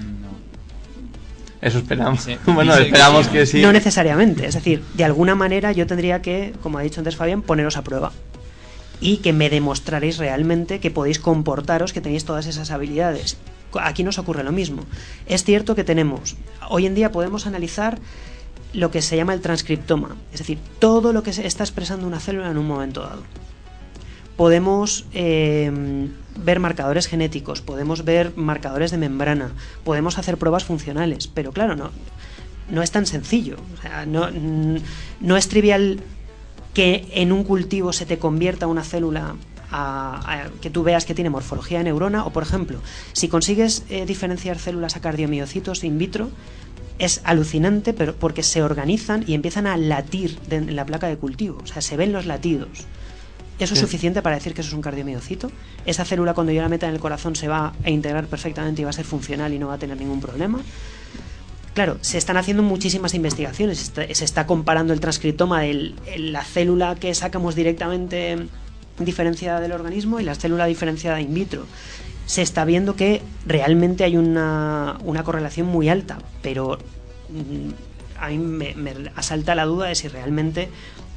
Eso esperamos. Sí. Bueno, esperamos que sí. No necesariamente. Es decir, de alguna manera yo tendría que, como ha dicho antes Fabián, poneros a prueba. Y que me demostraréis realmente que podéis comportaros, que tenéis todas esas habilidades. Aquí nos ocurre lo mismo. Es cierto que hoy en día podemos analizar lo que se llama el transcriptoma, es decir, todo lo que se está expresando una célula en un momento dado. Podemos ver marcadores genéticos, podemos ver marcadores de membrana, podemos hacer pruebas funcionales, pero claro, no es tan sencillo. O sea, no es trivial que en un cultivo se te convierta una célula que tú veas que tiene morfología de neurona, o por ejemplo, si consigues diferenciar células a cardiomiocitos in vitro, es alucinante, pero porque se organizan y empiezan a latir en la placa de cultivo, o sea, se ven los latidos. ¿Eso es suficiente para decir que eso es un cardiomiocito? ¿Esa célula cuando yo la meta en el corazón se va a integrar perfectamente y va a ser funcional y no va a tener ningún problema? Claro, se están haciendo muchísimas investigaciones, se está comparando el transcriptoma de la célula que sacamos directamente diferenciada del organismo y la célula diferenciada in vitro. Se está viendo que realmente hay una correlación muy alta, pero a mí me asalta la duda de si realmente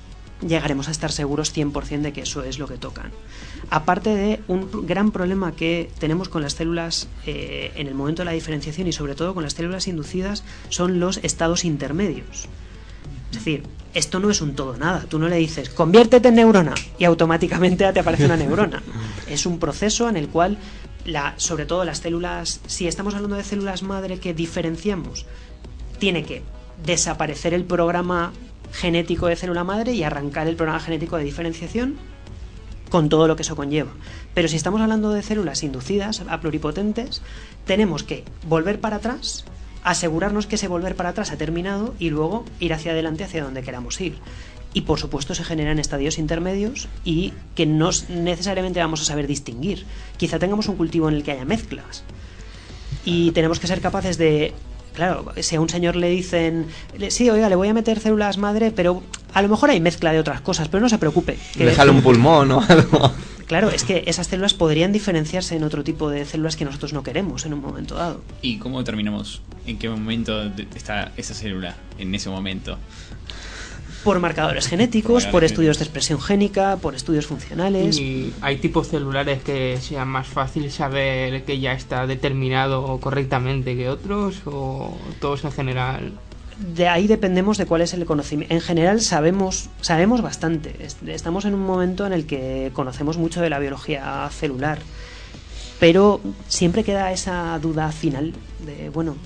llegaremos a estar seguros 100% de que eso es lo que tocan. Aparte de un gran problema que tenemos con las células en el momento de la diferenciación y sobre todo con las células inducidas son los estados intermedios. Es decir, esto no es un todo nada. Tú no le dices, conviértete en neurona y automáticamente te aparece una neurona. Es un proceso en el cual, sobre todo las células, si estamos hablando de células madre que diferenciamos, tiene que desaparecer el programa genético de célula madre y arrancar el programa genético de diferenciación con todo lo que eso conlleva. Pero si estamos hablando de células inducidas a pluripotentes, tenemos que volver para atrás, asegurarnos que ese volver para atrás ha terminado y luego ir hacia adelante hacia donde queramos ir. Y por supuesto se generan estadios intermedios y que no necesariamente vamos a saber distinguir. Quizá tengamos un cultivo en el que haya mezclas y tenemos que ser capaces de... Claro, si a un señor le dicen, sí, oiga, le voy a meter células madre, pero a lo mejor hay mezcla de otras cosas, pero no se preocupe. Déjale un pulmón o algo. Claro, es que esas células podrían diferenciarse en otro tipo de células que nosotros no queremos en un momento dado. ¿Y cómo determinamos en qué momento está esa célula en ese momento? Por marcadores genéticos, por estudios de expresión génica, por estudios funcionales. ¿Y hay tipos celulares que sea más fácil saber que ya está determinado correctamente que otros o todos en general? De ahí dependemos de cuál es el conocimiento. En general sabemos bastante. Estamos en un momento en el que conocemos mucho de la biología celular, pero siempre queda esa duda final de, bueno,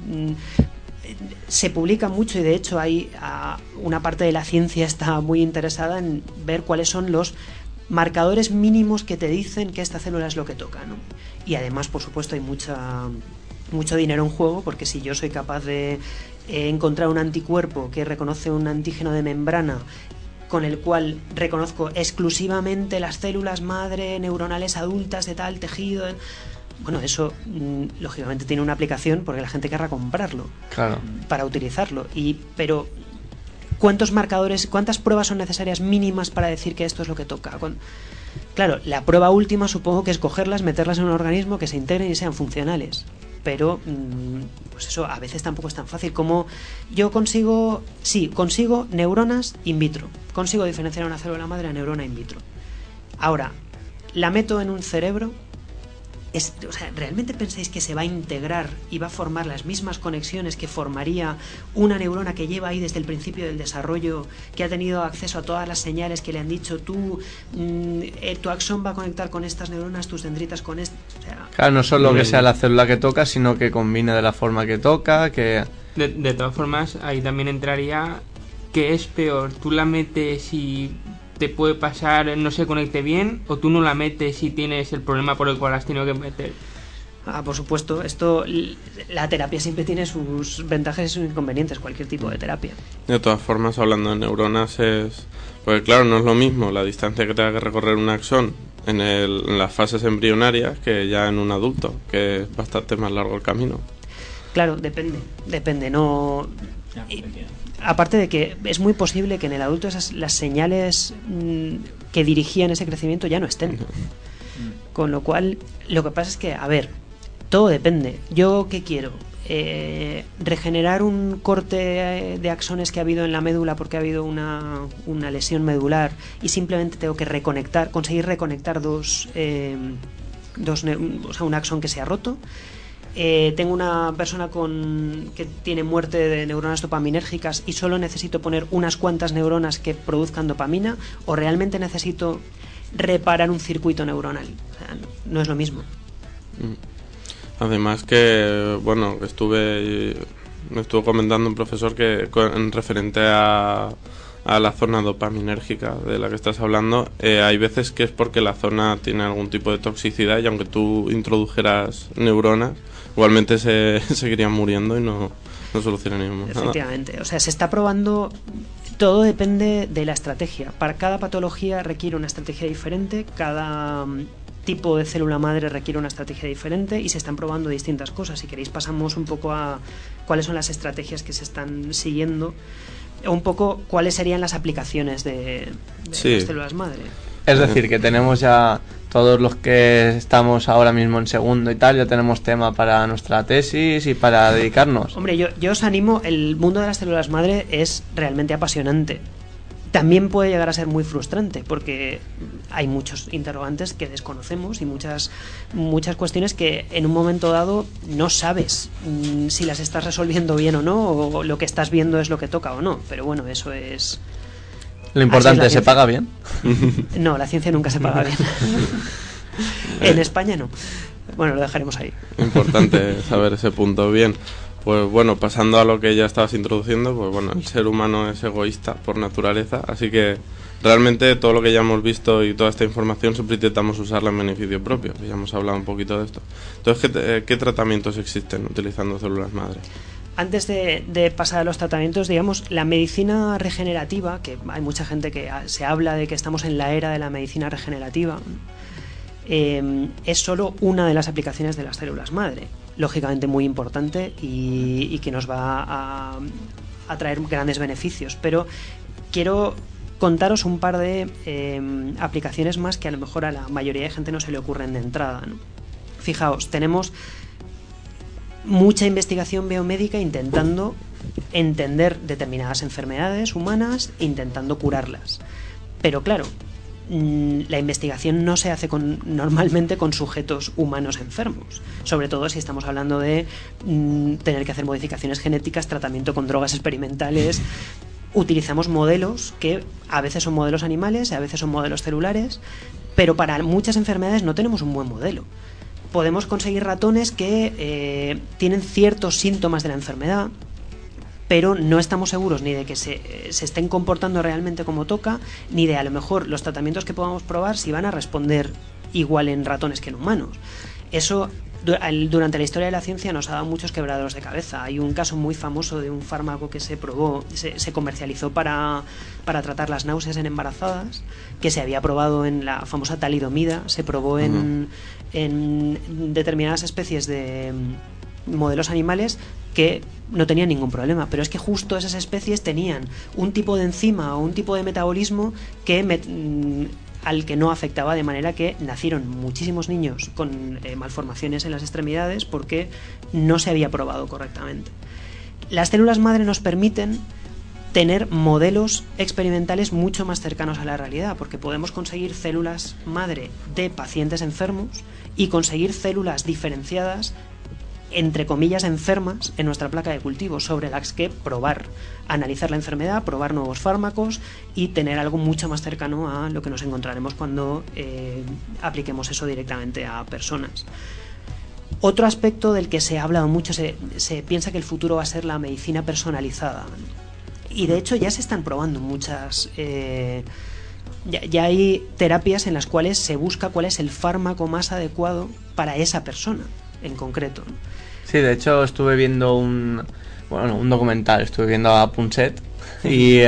se publica mucho y de hecho hay una parte de la ciencia está muy interesada en ver cuáles son los marcadores mínimos que te dicen que esta célula es lo que toca, ¿no? Y además, por supuesto, hay mucho dinero en juego, porque si yo soy capaz de encontrar un anticuerpo que reconoce un antígeno de membrana con el cual reconozco exclusivamente las células madre neuronales adultas de tal tejido, bueno, eso lógicamente tiene una aplicación porque la gente querrá comprarlo, claro, para utilizarlo. Pero ¿cuántos marcadores, cuántas pruebas son necesarias mínimas para decir que esto es lo que toca? Claro, la prueba última supongo que es cogerlas, meterlas en un organismo, que se integren y sean funcionales. Pero pues eso a veces tampoco es tan fácil como yo consigo neuronas in vitro, consigo diferenciar una célula madre a neurona in vitro. Ahora, la meto en un cerebro. O sea, ¿realmente pensáis que se va a integrar y va a formar las mismas conexiones que formaría una neurona que lleva ahí desde el principio del desarrollo, que ha tenido acceso a todas las señales que le han dicho tu axón va a conectar con estas neuronas, tus dendritas con esto? O sea, claro, no solo que sea la célula que toca, sino que combine de la forma que toca, que... De todas formas, ahí también entraría que es peor, tú la metes y te puede pasar no se conecte bien, o tú no la metes y tienes el problema por el cual has tenido que meter. Por supuesto, la terapia siempre tiene sus ventajas y sus inconvenientes, cualquier tipo de terapia. De todas formas, hablando de neuronas, porque claro, no es lo mismo la distancia que tenga que recorrer un axón en las fases embrionarias que ya en un adulto, que es bastante más largo el camino. Claro, depende, no... Aparte de que es muy posible que en el adulto las señales que dirigían ese crecimiento ya no estén. Con lo cual, lo que pasa es que, a ver, todo depende. ¿Yo qué quiero? Regenerar un corte de axones que ha habido en la médula porque ha habido una lesión medular y simplemente tengo que conseguir reconectar un axón que se ha roto. Tengo una persona que tiene muerte de neuronas dopaminérgicas y solo necesito poner unas cuantas neuronas que produzcan dopamina, o realmente necesito reparar un circuito neuronal. O sea, no es lo mismo. Además que, bueno, me estuvo comentando un profesor que en referente a la zona dopaminérgica de la que estás hablando, hay veces que es porque la zona tiene algún tipo de toxicidad y aunque tú introdujeras neuronas, igualmente se seguirían muriendo y no solucionaríamos nada. Efectivamente, o sea, se está probando, todo depende de la estrategia. Para cada patología requiere una estrategia diferente, cada tipo de célula madre requiere una estrategia diferente y se están probando distintas cosas. Si queréis pasamos un poco a cuáles son las estrategias que se están siguiendo, un poco cuáles serían las aplicaciones de las células madre. Es decir, que tenemos ya todos los que estamos ahora mismo en segundo y tal, ya tenemos tema para nuestra tesis y para dedicarnos. Hombre, yo os animo, el mundo de las células madre es realmente apasionante. También puede llegar a ser muy frustrante porque hay muchos interrogantes que desconocemos y muchas cuestiones que en un momento dado no sabes si las estás resolviendo bien o no, o lo que estás viendo es lo que toca o no. Pero bueno, eso es... Lo importante, ¿se paga bien? No, la ciencia nunca se paga bien. En España no. Bueno, lo dejaremos ahí. Importante saber ese punto. Bien, pues bueno, pasando a lo que ya estabas introduciendo, pues bueno, el ser humano es egoísta por naturaleza, así que realmente todo lo que ya hemos visto y toda esta información siempre intentamos usarla en beneficio propio, que ya hemos hablado un poquito de esto. Entonces, ¿qué tratamientos existen utilizando células madre? Antes de pasar a los tratamientos, digamos, la medicina regenerativa, que hay mucha gente que se habla de que estamos en la era de la medicina regenerativa, es solo una de las aplicaciones de las células madre, lógicamente muy importante y que nos va a traer grandes beneficios, pero quiero contaros un par de aplicaciones más que a lo mejor a la mayoría de gente no se le ocurren de entrada, ¿no? Fijaos, tenemos mucha investigación biomédica intentando entender determinadas enfermedades humanas, intentando curarlas, pero claro, la investigación no se hace normalmente con sujetos humanos enfermos, sobre todo si estamos hablando de tener que hacer modificaciones genéticas, tratamiento con drogas experimentales. Utilizamos modelos que a veces son modelos animales, a veces son modelos celulares, pero para muchas enfermedades no tenemos un buen modelo. Podemos conseguir ratones que tienen ciertos síntomas de la enfermedad, pero no estamos seguros ni de que se estén comportando realmente como toca, ni de a lo mejor los tratamientos que podamos probar si van a responder igual en ratones que en humanos. Eso durante la historia de la ciencia nos ha dado muchos quebraderos de cabeza. Hay un caso muy famoso de un fármaco que se probó, se comercializó para tratar las náuseas en embarazadas, que se había probado en la famosa talidomida, se probó en determinadas especies de modelos animales que no tenían ningún problema, pero es que justo esas especies tenían un tipo de enzima o un tipo de metabolismo al que no afectaba, de manera que nacieron muchísimos niños con malformaciones en las extremidades porque no se había probado correctamente. Las células madre nos permiten tener modelos experimentales mucho más cercanos a la realidad, porque podemos conseguir células madre de pacientes enfermos y conseguir células diferenciadas, entre comillas, enfermas en nuestra placa de cultivo, sobre las que probar, analizar la enfermedad, probar nuevos fármacos y tener algo mucho más cercano a lo que nos encontraremos cuando apliquemos eso directamente a personas. Otro aspecto del que se ha hablado mucho, se piensa que el futuro va a ser la medicina personalizada, y de hecho ya se están probando muchas... Ya hay terapias en las cuales se busca cuál es el fármaco más adecuado para esa persona en concreto. Sí, de hecho estuve viendo un documental, estuve viendo a Punset y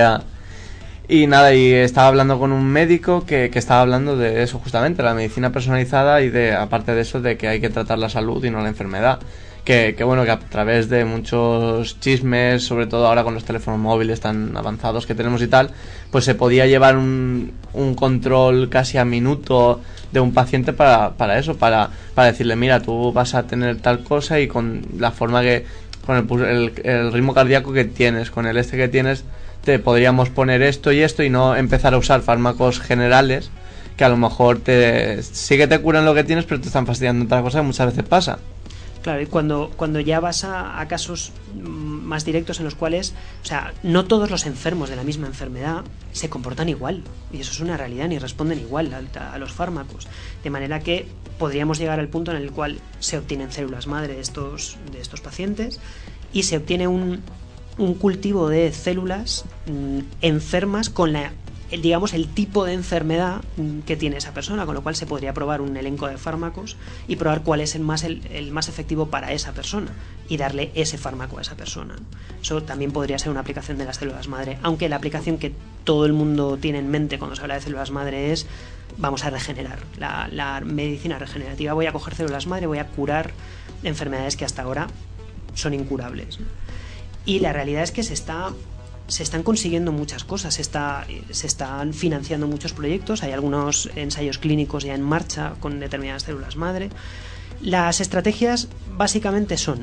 nada, y estaba hablando con un médico que estaba hablando de eso justamente, la medicina personalizada, y aparte de eso, de que hay que tratar la salud y no la enfermedad. Que bueno, que a través de muchos chismes, sobre todo ahora con los teléfonos móviles tan avanzados que tenemos y tal, pues se podía llevar un control casi a minuto de un paciente para eso, para decirle, mira, tú vas a tener tal cosa y con la forma que, con el ritmo cardíaco que tienes, con el que tienes, te podríamos poner esto y esto, y no empezar a usar fármacos generales que a lo mejor sí que te curan lo que tienes, pero te están fastidiando otra cosa que muchas veces pasa. Claro, y cuando ya vas a casos más directos en los cuales, o sea, no todos los enfermos de la misma enfermedad se comportan igual, y eso es una realidad, ni responden igual a los fármacos, de manera que podríamos llegar al punto en el cual se obtienen células madre de estos pacientes y se obtiene un cultivo de células enfermas con el tipo de enfermedad que tiene esa persona, con lo cual se podría probar un elenco de fármacos y probar cuál es el más efectivo para esa persona y darle ese fármaco a esa persona. Eso también podría ser una aplicación de las células madre, aunque la aplicación que todo el mundo tiene en mente cuando se habla de células madre es: vamos a regenerar, la medicina regenerativa. Voy a coger células madre, voy a curar enfermedades que hasta ahora son incurables. Y la realidad es que se están consiguiendo muchas cosas, se están financiando muchos proyectos, hay algunos ensayos clínicos ya en marcha con determinadas células madre. Las estrategias básicamente son: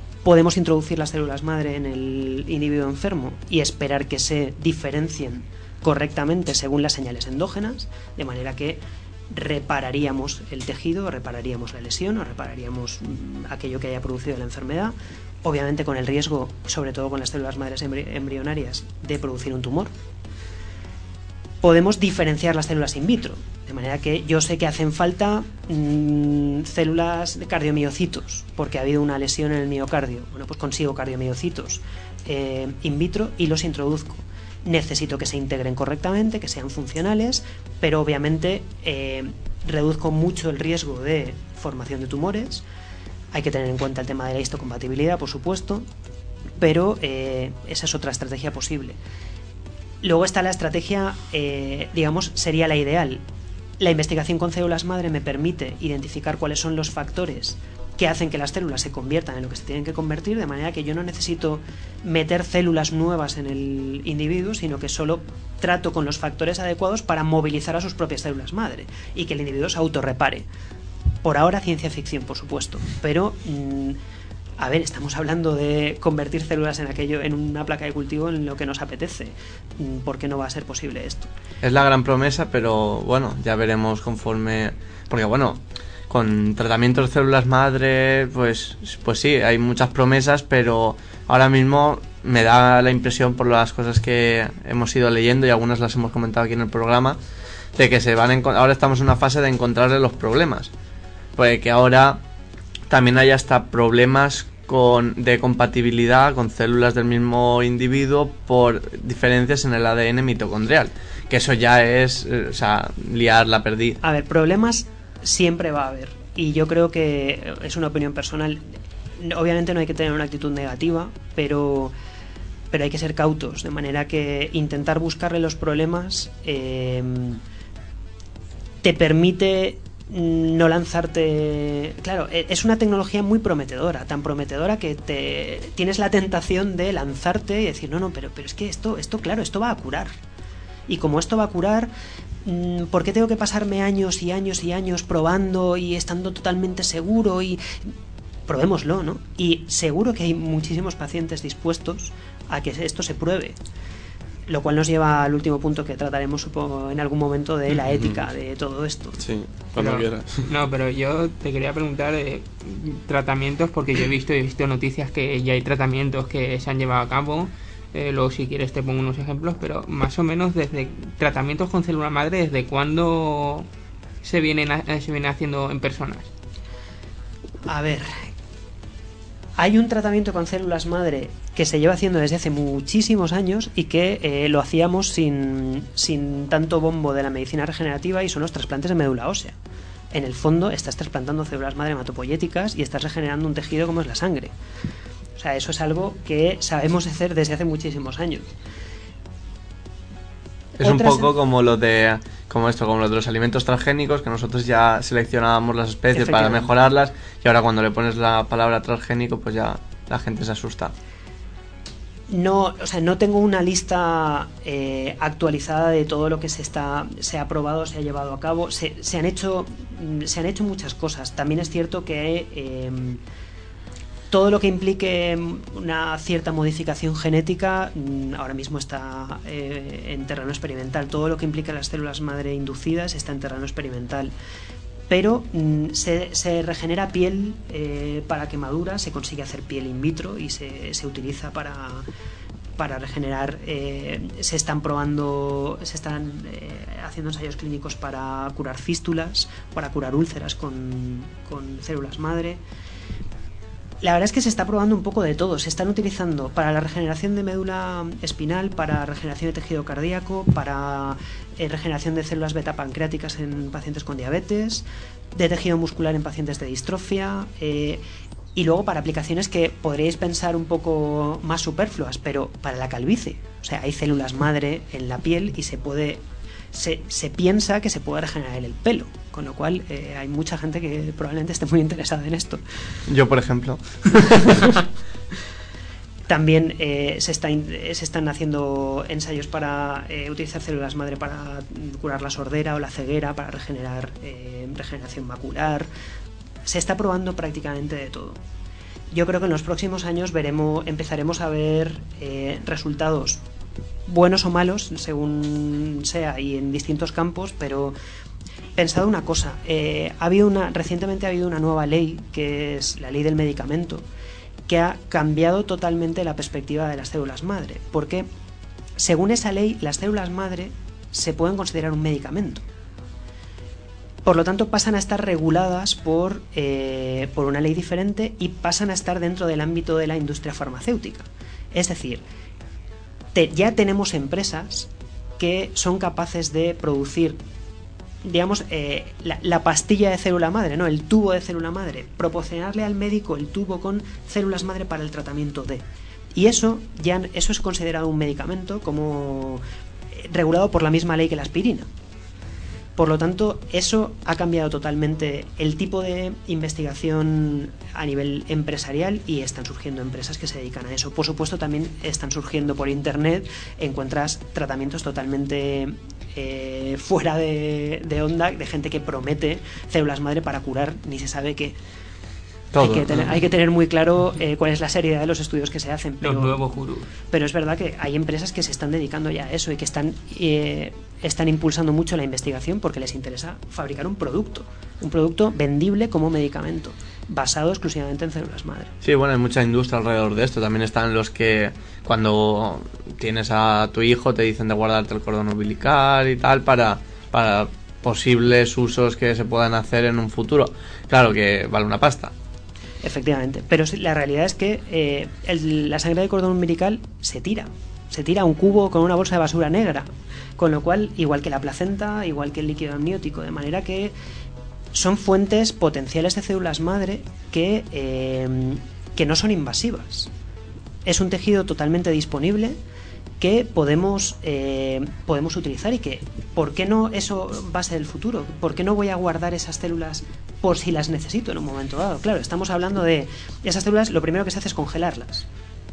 podemos introducir las células madre en el individuo enfermo y esperar que se diferencien correctamente según las señales endógenas, de manera que repararíamos el tejido, repararíamos la lesión o repararíamos aquello que haya producido la enfermedad, obviamente con el riesgo, sobre todo con las células madres embrionarias, de producir un tumor. Podemos diferenciar las células in vitro, de manera que yo sé que hacen falta células de cardiomiocitos, porque ha habido una lesión en el miocardio. Bueno, pues consigo cardiomiocitos in vitro y los introduzco. Necesito que se integren correctamente, que sean funcionales, pero obviamente reduzco mucho el riesgo de formación de tumores. Hay que tener en cuenta el tema de la histocompatibilidad, por supuesto, pero esa es otra estrategia posible. Luego está la estrategia, digamos, sería la ideal. La investigación con células madre me permite identificar cuáles son los factores que hacen que las células se conviertan en lo que se tienen que convertir, de manera que yo no necesito meter células nuevas en el individuo, sino que solo trato con los factores adecuados para movilizar a sus propias células madre y que el individuo se autorrepare. Por ahora ciencia ficción, por supuesto, pero a ver, estamos hablando de convertir células en una placa de cultivo en lo que nos apetece. ¿Por qué no va a ser posible esto? Es la gran promesa, pero bueno, ya veremos conforme... Porque bueno, con tratamientos de células madre, pues sí, hay muchas promesas, pero ahora mismo me da la impresión, por las cosas que hemos ido leyendo y algunas las hemos comentado aquí en el programa, de que ahora estamos en una fase de encontrarle los problemas. Puede que ahora también haya hasta problemas de compatibilidad con células del mismo individuo por diferencias en el ADN mitocondrial, que eso ya es, liar la perdiz. A ver, problemas siempre va a haber, y yo creo que es una opinión personal. Obviamente no hay que tener una actitud negativa, pero hay que ser cautos, de manera que intentar buscarle los problemas te permite no lanzarte. Claro, es una tecnología muy prometedora, tan prometedora que tienes la tentación de lanzarte y decir no, pero es que esto claro, esto va a curar, y como esto va a curar, ¿por qué tengo que pasarme años y años y años probando y estando totalmente seguro? Y probémoslo, ¿no? Y seguro que hay muchísimos pacientes dispuestos a que esto se pruebe. Lo cual nos lleva al último punto que trataremos, supongo, en algún momento, de la ética de todo esto. Sí, cuando quieras. No, pero yo te quería preguntar tratamientos, porque yo he visto noticias que ya hay tratamientos que se han llevado a cabo. Luego, si quieres, te pongo unos ejemplos, pero más o menos desde tratamientos con célula madre, ¿desde cuándo se viene haciendo en personas? A ver, hay un tratamiento con células madre que se lleva haciendo desde hace muchísimos años y que lo hacíamos sin tanto bombo de la medicina regenerativa, y son los trasplantes de médula ósea. En el fondo estás trasplantando células madre hematopoyéticas y estás regenerando un tejido como es la sangre. O sea, eso es algo que sabemos hacer desde hace muchísimos años. Es un poco como lo de los alimentos transgénicos, que nosotros ya seleccionábamos las especies para mejorarlas, y ahora cuando le pones la palabra transgénico, pues ya la gente se asusta. No, o sea, no tengo una lista actualizada de todo lo que se ha probado, se ha llevado a cabo. Se han hecho muchas cosas. También es cierto que todo lo que implique una cierta modificación genética ahora mismo está en terreno experimental. Todo lo que implica las células madre inducidas está en terreno experimental. Pero se regenera piel para quemadura, se consigue hacer piel in vitro y se utiliza para regenerar. Se están haciendo ensayos clínicos para curar fístulas, para curar úlceras con células madre. La verdad es que se está probando un poco de todo. Se están utilizando para la regeneración de médula espinal, para regeneración de tejido cardíaco, para regeneración de células beta pancreáticas en pacientes con diabetes, de tejido muscular en pacientes de distrofia, y luego para aplicaciones que podríais pensar un poco más superfluas, pero para la calvicie. O sea, hay células madre en la piel y se piensa que se puede regenerar el pelo, con lo cual hay mucha gente que probablemente esté muy interesada en esto. Yo, por ejemplo. También se están haciendo ensayos para utilizar células madre para curar la sordera o la ceguera, para regenerar regeneración macular. Se está probando prácticamente de todo. Yo creo que en los próximos años empezaremos a ver resultados buenos o malos, según sea, y en distintos campos, pero pensad una cosa, recientemente ha habido una nueva ley, que es la ley del medicamento, que ha cambiado totalmente la perspectiva de las células madre, porque según esa ley, las células madre se pueden considerar un medicamento. Por lo tanto, pasan a estar reguladas por una ley diferente y pasan a estar dentro del ámbito de la industria farmacéutica. Es decir, ya tenemos empresas que son capaces de producir, digamos, la pastilla de célula madre, ¿no? El tubo de célula madre, proporcionarle al médico el tubo con células madre para el tratamiento de. Y eso es considerado un medicamento, como regulado por la misma ley que la aspirina. Por lo tanto, eso ha cambiado totalmente el tipo de investigación a nivel empresarial y están surgiendo empresas que se dedican a eso. Por supuesto, también están surgiendo por internet, encuentras tratamientos totalmente fuera de onda, de gente que promete células madre para curar, ni se sabe qué. Todo, hay que tener muy claro cuál es la seriedad de los estudios que se hacen. Los nuevos gurús. Pero es verdad que hay empresas que se están dedicando ya a eso y que están impulsando mucho la investigación porque les interesa fabricar un producto vendible como medicamento, basado exclusivamente en células madre. Sí, bueno, hay mucha industria alrededor de esto. También están los que cuando tienes a tu hijo te dicen de guardarte el cordón umbilical y tal para posibles usos que se puedan hacer en un futuro. Claro que vale una pasta. Efectivamente, pero la realidad es que la sangre del cordón umbilical se tira a un cubo con una bolsa de basura negra, con lo cual, igual que la placenta, igual que el líquido amniótico, de manera que son fuentes potenciales de células madre que no son invasivas. Es un tejido totalmente disponible que podemos utilizar y que, ¿por qué no eso va a ser el futuro? ¿Por qué no voy a guardar esas células por si las necesito en un momento dado? Claro, estamos hablando de esas células, lo primero que se hace es congelarlas.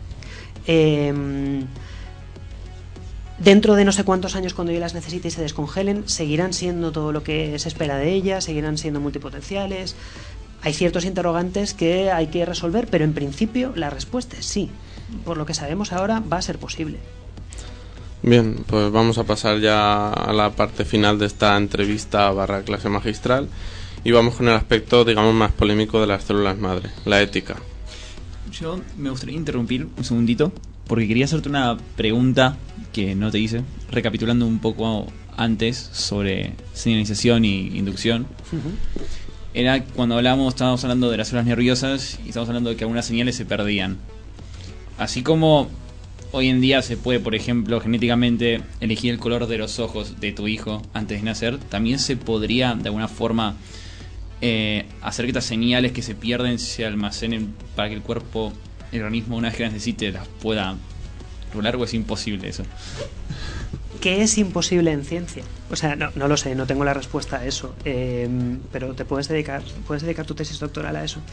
Dentro de no sé cuántos años, cuando yo las necesite y se descongelen, seguirán siendo todo lo que se espera de ellas, seguirán siendo multipotenciales. Hay ciertos interrogantes que hay que resolver, pero en principio la respuesta es sí. Por lo que sabemos ahora, va a ser posible. Bien, pues vamos a pasar ya a la parte final de esta entrevista / clase magistral y vamos con el aspecto, digamos, más polémico de las células madre, la ética. Yo me gustaría interrumpir un segundito porque quería hacerte una pregunta que no te hice, recapitulando un poco antes sobre señalización y inducción. Era cuando estábamos hablando de las células nerviosas y estábamos hablando de que algunas señales se perdían. Así como hoy en día se puede, por ejemplo, genéticamente elegir el color de los ojos de tu hijo antes de nacer, también se podría de alguna forma hacer que estas señales que se pierden se almacenen para que el cuerpo, el organismo, una vez que las necesite, las pueda regular, o es imposible eso. ¿Qué es imposible en ciencia? O sea, no lo sé, no tengo la respuesta a eso, pero te puedes dedicar tu tesis doctoral a eso.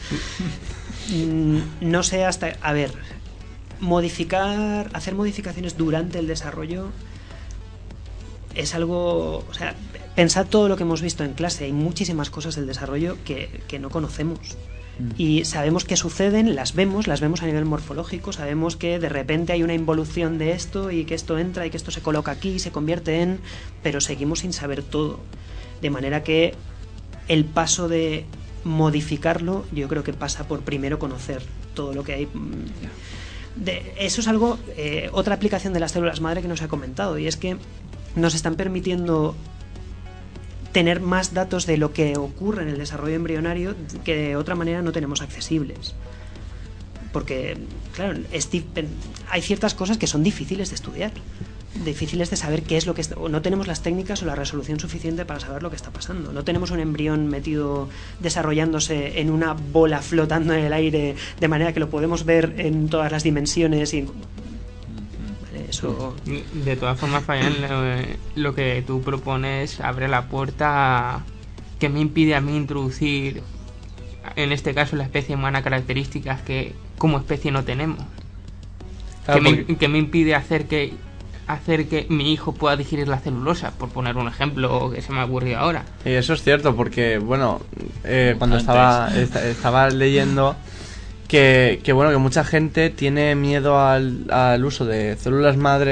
No sé hasta... A ver, hacer modificaciones durante el desarrollo es algo... O sea, pensad todo lo que hemos visto en clase, hay muchísimas cosas del desarrollo que no conocemos. Y sabemos que suceden, las vemos a nivel morfológico, sabemos que de repente hay una involución de esto y que esto entra y que esto se coloca aquí y se convierte en... Pero seguimos sin saber todo. De manera que el paso de modificarlo yo creo que pasa por primero conocer todo lo que hay. Eso es algo, otra aplicación de las células madre que nos ha comentado, y es que nos están permitiendo tener más datos de lo que ocurre en el desarrollo embrionario que de otra manera no tenemos accesibles. Porque, claro, hay ciertas cosas que son difíciles de estudiar, difíciles de saber qué es lo que o no tenemos las técnicas o la resolución suficiente para saber lo que está pasando. No tenemos un embrión metido desarrollándose en una bola flotando en el aire de manera que lo podemos ver en todas las dimensiones y... Eso... De todas formas, Fabián, lo que tú propones abre la puerta que me impide a mí introducir, en este caso, la especie humana, características que como especie no tenemos. Claro, que me impide hacer que mi hijo pueda digerir la celulosa, por poner un ejemplo que se me ha ocurrido ahora. Y eso es cierto, porque bueno, cuando estaba leyendo que mucha gente tiene miedo al uso de células madre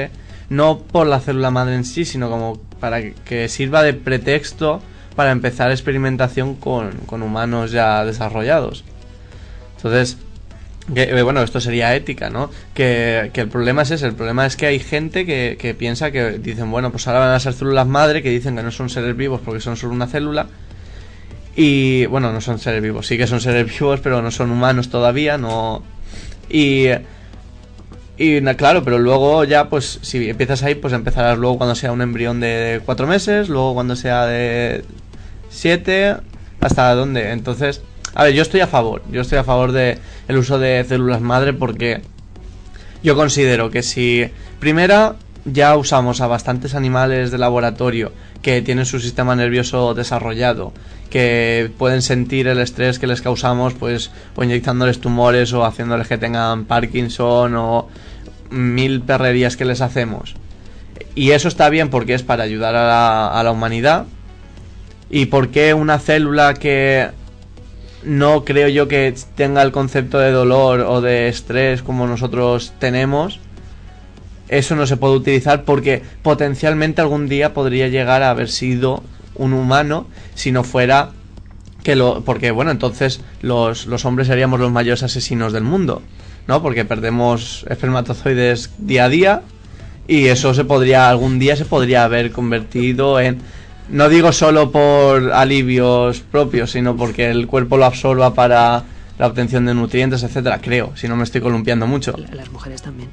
no por la célula madre en sí, sino como para que sirva de pretexto para empezar experimentación con humanos ya desarrollados. Entonces, bueno, esto sería ética, ¿no? Que el problema es ese, el problema es que hay gente que piensa que dicen, bueno, pues ahora van a ser células madre, que dicen que no son seres vivos porque son solo una célula. Y bueno, no son seres vivos, sí que son seres vivos, pero no son humanos todavía, no. Y claro, pero luego ya, pues si empiezas ahí, pues empezarás luego cuando sea un embrión de 4 meses, luego cuando sea de 7, hasta dónde. Entonces, a ver, yo estoy a favor de el uso de células madre, porque yo considero que si primera ya usamos a bastantes animales de laboratorio que tienen su sistema nervioso desarrollado, que pueden sentir el estrés que les causamos, pues o inyectándoles tumores o haciéndoles que tengan Parkinson o 1000 perrerías que les hacemos, y eso está bien porque es para ayudar a la humanidad. ¿Y por qué una célula que no creo yo que tenga el concepto de dolor o de estrés como nosotros tenemos, eso no se puede utilizar? Porque potencialmente algún día podría llegar a haber sido un humano, si no fuera porque bueno, entonces los hombres seríamos los mayores asesinos del mundo, ¿no? Porque perdemos espermatozoides día a día, y eso algún día se podría haber convertido en, no digo solo por alivios propios, sino porque el cuerpo lo absorba para la obtención de nutrientes, etcétera, creo, si no me estoy columpiando mucho. Las mujeres también.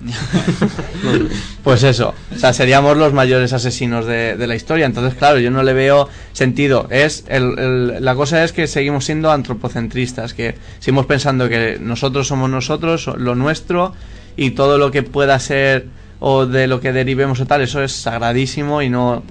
Pues eso, o sea, seríamos los mayores asesinos de la historia. Entonces, claro, yo no le veo sentido. La cosa es que seguimos siendo antropocentristas, que seguimos pensando que nosotros somos nosotros, lo nuestro, y todo lo que pueda ser o de lo que derivemos o tal, eso es sagradísimo,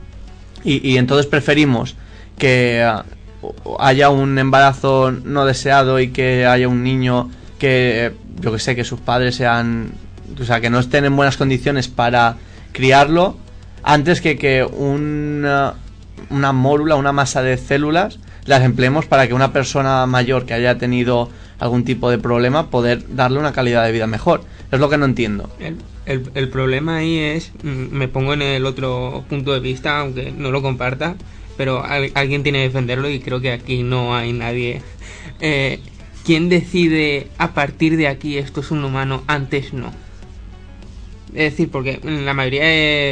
y entonces preferimos que haya un embarazo no deseado y que haya un niño que, yo que sé, que sus padres sean, o sea, que no estén en buenas condiciones para criarlo, antes que una mórula, una masa de células, las empleemos para que una persona mayor que haya tenido algún tipo de problema, poder darle una calidad de vida mejor. Es lo que no entiendo. El problema ahí es, me pongo en el otro punto de vista, aunque no lo comparta, pero alguien tiene que defenderlo, y creo que aquí no hay nadie. ¿Quién decide a partir de aquí esto es un humano, antes no? Es decir, porque en la mayoría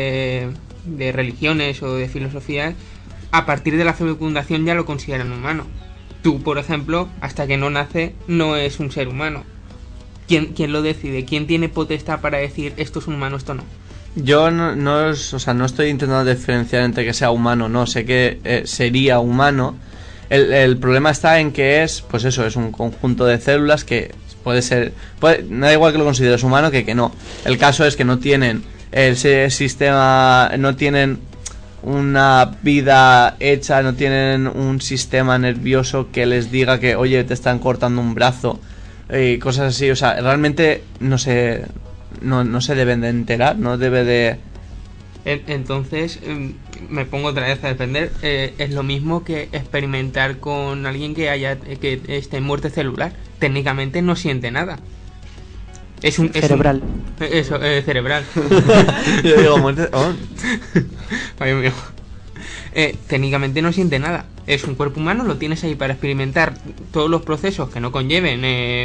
de religiones o de filosofías, a partir de la fecundación ya lo consideran humano. Tú, por ejemplo, hasta que no nace, no es un ser humano. ¿Quién lo decide? ¿Quién tiene potestad para decir esto es un humano, esto no? Yo no estoy intentando diferenciar entre que sea humano o no. Sé que sería humano. El problema está en que es un conjunto de células que puede ser, no da igual que lo consideres humano que no. El caso es que no tienen ese sistema, no tienen una vida hecha, no tienen un sistema nervioso que les diga que, oye, te están cortando un brazo, y cosas así. O sea, realmente no se deben de enterar, no debe de... Entonces, me pongo otra vez a defender. Es lo mismo que experimentar con alguien que esté en muerte celular. Técnicamente no siente nada. Cerebral. Eso, cerebral. Yo digo muerte... Oh. Ay, mío. Técnicamente no siente nada. Es un cuerpo humano, lo tienes ahí para experimentar todos los procesos que no conlleven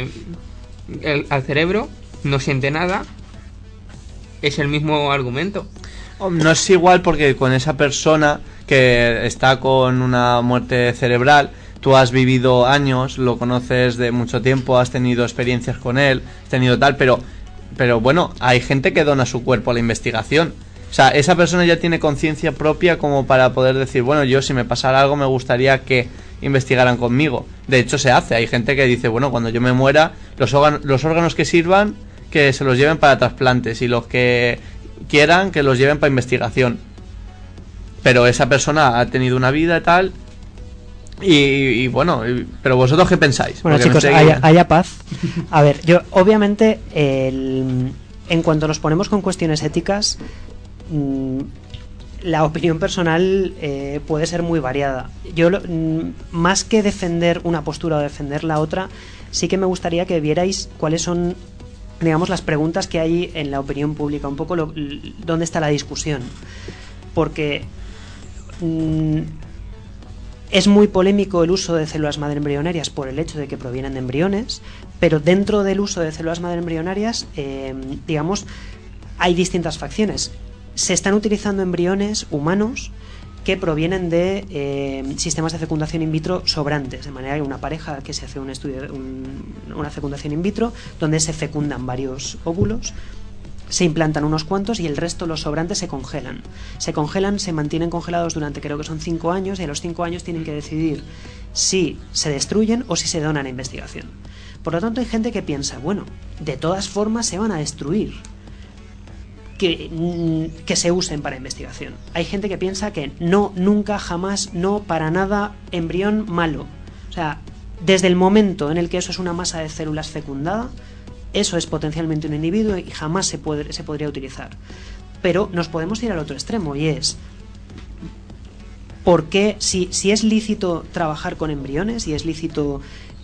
al cerebro. No siente nada. Es el mismo argumento. No es igual, porque con esa persona que está con una muerte cerebral, tú has vivido años, lo conoces de mucho tiempo, has tenido experiencias con él, has tenido tal, pero bueno, hay gente que dona su cuerpo a la investigación. O sea, esa persona ya tiene conciencia propia como para poder decir, bueno, yo si me pasara algo me gustaría que investigaran conmigo. De hecho se hace, hay gente que dice, bueno, cuando yo me muera, los órganos que sirvan, que se los lleven para trasplantes, y los que quieran que los lleven para investigación. Pero esa persona ha tenido una vida y tal, y bueno, pero vosotros ¿qué pensáis? Bueno, porque chicos, haya paz. A ver, yo obviamente en cuanto nos ponemos con cuestiones éticas, la opinión personal puede ser muy variada. Yo más que defender una postura o defender la otra, sí que me gustaría que vierais cuáles son digamos, las preguntas que hay en la opinión pública, un poco dónde está la discusión. Porque es muy polémico el uso de células madre embrionarias por el hecho de que provienen de embriones, pero dentro del uso de células madre embrionarias, digamos, hay distintas facciones. Se están utilizando embriones humanos que provienen de sistemas de fecundación in vitro sobrantes, de manera que una pareja que se hace un estudio, una fecundación in vitro, donde se fecundan varios óvulos, se implantan unos cuantos y el resto, los sobrantes, se congelan. Se mantienen congelados durante, creo que son 5 años, y a los 5 años tienen que decidir si se destruyen o si se donan a investigación. Por lo tanto, hay gente que piensa, bueno, de todas formas se van a destruir, que se usen para investigación. Hay gente que piensa que no, nunca, jamás, no, para nada, embrión malo. O sea, desde el momento en el que eso es una masa de células fecundada, eso es potencialmente un individuo y jamás se podría utilizar. Pero nos podemos ir al otro extremo, y es, ¿por qué, si es lícito trabajar con embriones y es lícito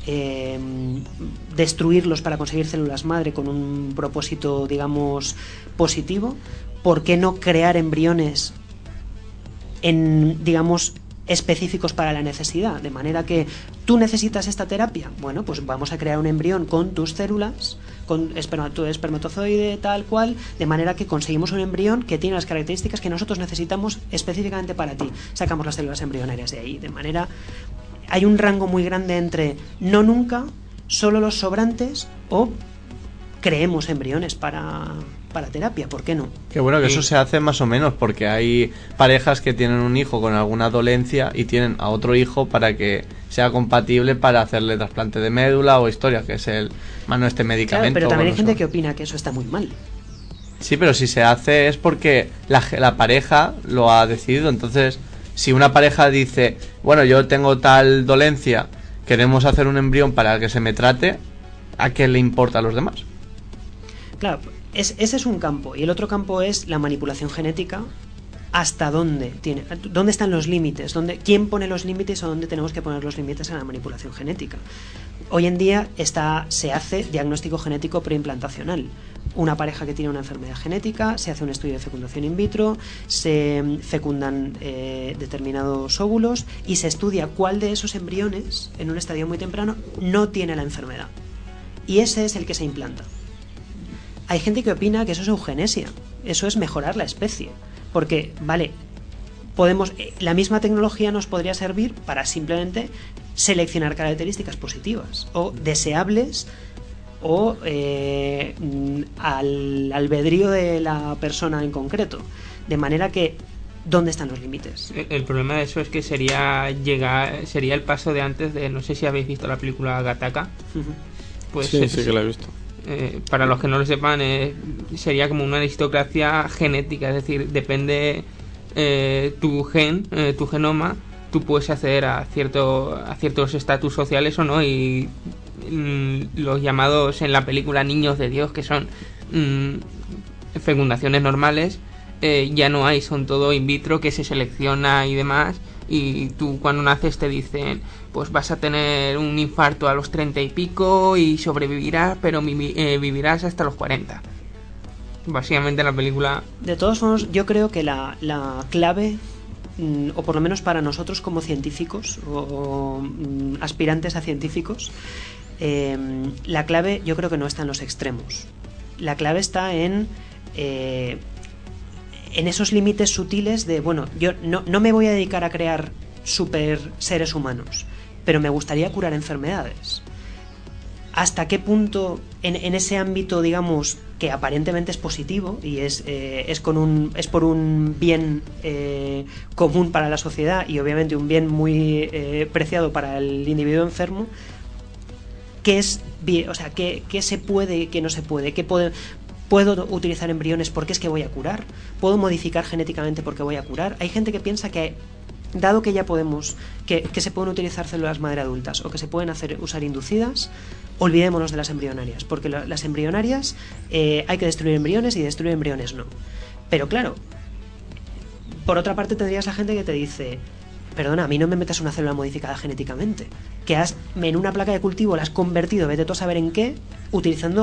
destruirlos para conseguir células madre con un propósito, digamos, positivo, ¿por qué no crear embriones digamos, específicos para la necesidad? De manera que tú necesitas esta terapia, bueno, pues vamos a crear un embrión con tus células, con tu espermatozoide, tal cual, de manera que conseguimos un embrión que tiene las características que nosotros necesitamos específicamente para ti. Sacamos las células embrionarias de ahí, de manera... Hay un rango muy grande entre no nunca, solo los sobrantes, o creemos embriones para terapia, ¿por qué no? Qué bueno que eso se hace más o menos, porque hay parejas que tienen un hijo con alguna dolencia y tienen a otro hijo para que sea compatible para hacerle trasplante de médula o historia, que es el medicamento. Claro, pero también hay gente que opina que eso está muy mal. Sí, pero si se hace es porque la pareja lo ha decidido. Entonces, si una pareja dice, bueno, yo tengo tal dolencia, queremos hacer un embrión para que se me trate, ¿a qué le importa a los demás? Claro, ese es un campo, y el otro campo es la manipulación genética. ¿Hasta dónde están los límites? ¿Quién pone los límites o dónde tenemos que poner los límites a la manipulación genética? Hoy en día se hace diagnóstico genético preimplantacional. Una pareja que tiene una enfermedad genética, se hace un estudio de fecundación in vitro, se fecundan determinados óvulos y se estudia cuál de esos embriones, en un estadio muy temprano, no tiene la enfermedad. Y ese es el que se implanta. Hay gente que opina que eso es eugenesia, eso es mejorar la especie. Porque, vale, la misma tecnología nos podría servir para simplemente seleccionar características positivas o deseables o al albedrío de la persona en concreto. De manera que, ¿dónde están los límites? El problema de eso es que sería el paso de antes de, no sé si habéis visto la película Gattaca. Pues sí que la he visto. Para los que no lo sepan, sería como una aristocracia genética, es decir, depende tu genoma, tú puedes acceder a ciertos estatus sociales o no, y los llamados en la película niños de Dios, que son fecundaciones normales, ya no hay, son todo in vitro que se selecciona y demás. Y tú cuando naces te dicen, pues vas a tener un infarto a los 30 y pico y sobrevivirás, pero vivirás hasta los 40. Básicamente la película... De todos modos, yo creo que la clave, o por lo menos para nosotros como científicos o aspirantes a científicos, la clave yo creo que no está en los extremos. La clave está en esos límites sutiles de, bueno, yo no me voy a dedicar a crear super seres humanos, pero me gustaría curar enfermedades. ¿Hasta qué punto en ese ámbito, digamos, que aparentemente es positivo y es por un bien común para la sociedad y obviamente un bien muy preciado para el individuo enfermo, qué es bien? O sea, ¿qué se puede y qué no se puede? ¿Puedo utilizar embriones porque es que voy a curar? ¿Puedo modificar genéticamente porque voy a curar? Hay gente que piensa que, dado que ya podemos, que se pueden utilizar células madre adultas o que se pueden usar inducidas, olvidémonos de las embrionarias, porque las embrionarias hay que destruir embriones y destruir embriones no. Pero claro, por otra parte tendrías a gente que te dice, perdona, a mí no me metas una célula modificada genéticamente, que en una placa de cultivo la has convertido, vete tú a saber en qué, utilizando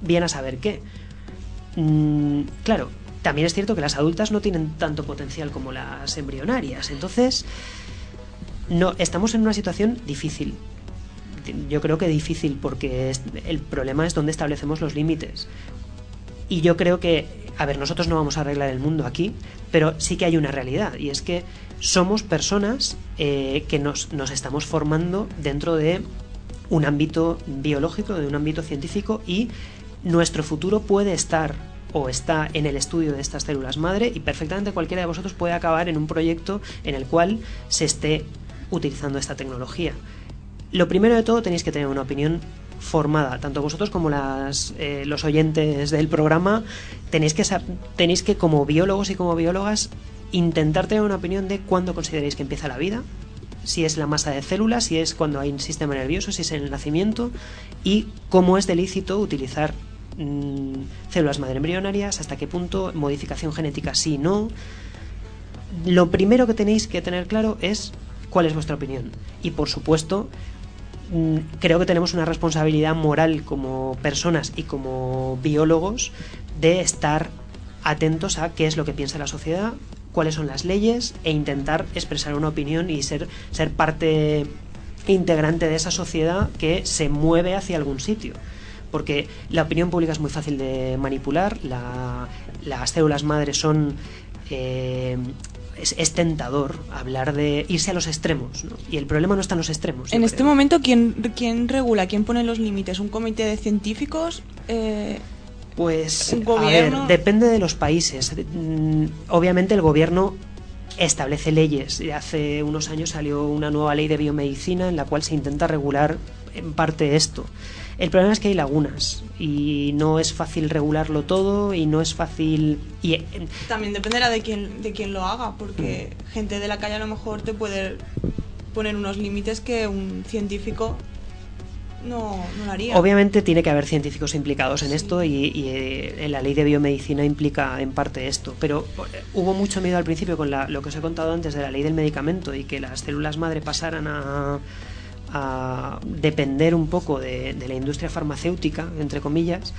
bien a saber qué. Claro, también es cierto que las adultas no tienen tanto potencial como las embrionarias, entonces no, estamos en una situación difícil. Yo creo que difícil porque el problema es dónde establecemos los límites. Y yo creo que, a ver, nosotros no vamos a arreglar el mundo aquí, pero sí que hay una realidad, y es que somos personas que nos estamos formando dentro de un ámbito biológico, de un ámbito científico, y nuestro futuro puede estar o está en el estudio de estas células madre, y perfectamente cualquiera de vosotros puede acabar en un proyecto en el cual se esté utilizando esta tecnología. Lo primero de todo, tenéis que tener una opinión formada, tanto vosotros como los oyentes del programa. Tenéis que, como biólogos y como biólogas, intentar tener una opinión de cuándo consideráis que empieza la vida, si es la masa de células, si es cuando hay un sistema nervioso, si es en el nacimiento, y cómo es de lícito utilizar células madre embrionarias, hasta qué punto, modificación genética sí, no. Lo primero que tenéis que tener claro es cuál es vuestra opinión, y por supuesto creo que tenemos una responsabilidad moral como personas y como biólogos de estar atentos a qué es lo que piensa la sociedad, cuáles son las leyes, e intentar expresar una opinión y ser parte integrante de esa sociedad que se mueve hacia algún sitio. Porque la opinión pública es muy fácil de manipular, las células madres son... Es tentador hablar de irse a los extremos, ¿no? Y el problema no está en los extremos. En este momento, ¿quién regula? ¿Quién pone los límites? ¿Un comité de científicos? Pues, ¿un gobierno? A ver, depende de los países. Obviamente el gobierno establece leyes. Hace unos años salió una nueva ley de biomedicina en la cual se intenta regular en parte esto. El problema es que hay lagunas y no es fácil regularlo todo, y no es fácil... También dependerá de quién lo haga, porque gente de la calle a lo mejor te puede poner unos límites que un científico no lo haría. Obviamente tiene que haber científicos implicados en esto, y la ley de biomedicina implica en parte esto, pero hubo mucho miedo al principio con lo que os he contado antes de la ley del medicamento, y que las células madre pasaran a depender un poco de la industria farmacéutica, entre comillas.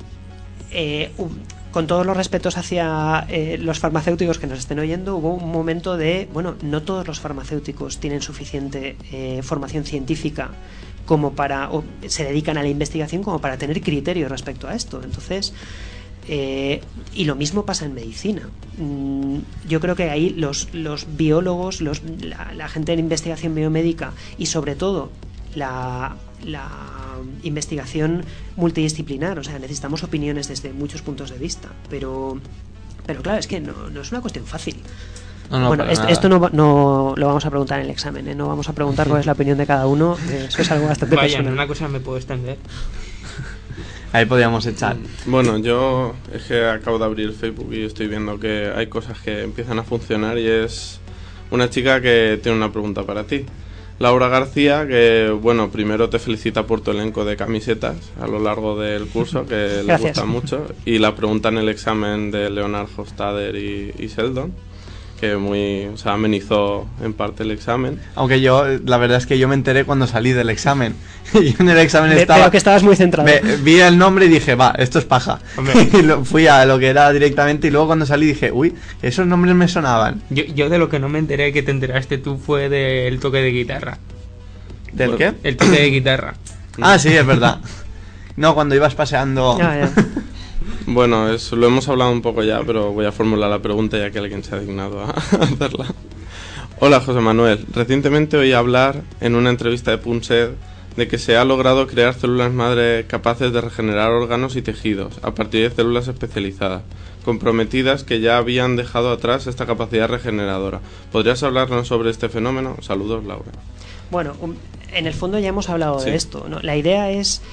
Con todos los respetos hacia los farmacéuticos que nos estén oyendo, hubo un momento de, bueno, no todos los farmacéuticos tienen suficiente formación científica como o se dedican a la investigación como para tener criterio respecto a esto. Entonces, y lo mismo pasa en medicina. Yo creo que ahí los biólogos, la gente de investigación biomédica, y sobre todo la investigación multidisciplinar, o sea, necesitamos opiniones desde muchos puntos de vista, pero claro, es que no es una cuestión fácil. Bueno, esto no lo vamos a preguntar en el examen, ¿eh? No vamos a preguntar cuál es la opinión de cada uno, eso es algo bastante personal. En una cosa me puedo extender. Ahí podríamos echar. Bueno, yo es que acabo de abrir Facebook y estoy viendo que hay cosas que empiezan a funcionar, y es una chica que tiene una pregunta para ti. Laura García, que bueno, primero te felicita por tu elenco de camisetas a lo largo del curso, que le gusta mucho, y la pregunta en el examen de Leonard Hofstadter y Sheldon, que amenizó en parte el examen. Aunque la verdad es que yo me enteré cuando salí del examen. Y en el examen pero que estabas muy centrado. Vi el nombre y dije, va, esto es paja. Y fui a lo que era directamente, y luego cuando salí dije, uy, esos nombres me sonaban. Yo de lo que no me enteré, que te enteraste tú, fue del toque de guitarra. ¿Del qué? El toque de guitarra. Ah, sí, es verdad. No, cuando ibas paseando... Ya. Bueno, lo hemos hablado un poco ya, pero voy a formular la pregunta ya que alguien se ha dignado a hacerla. Hola, José Manuel. Recientemente oí hablar en una entrevista de Punset de que se ha logrado crear células madre capaces de regenerar órganos y tejidos a partir de células especializadas, comprometidas, que ya habían dejado atrás esta capacidad regeneradora. ¿Podrías hablarnos sobre este fenómeno? Saludos, Laura. Bueno, en el fondo ya hemos hablado de esto, ¿no? La idea es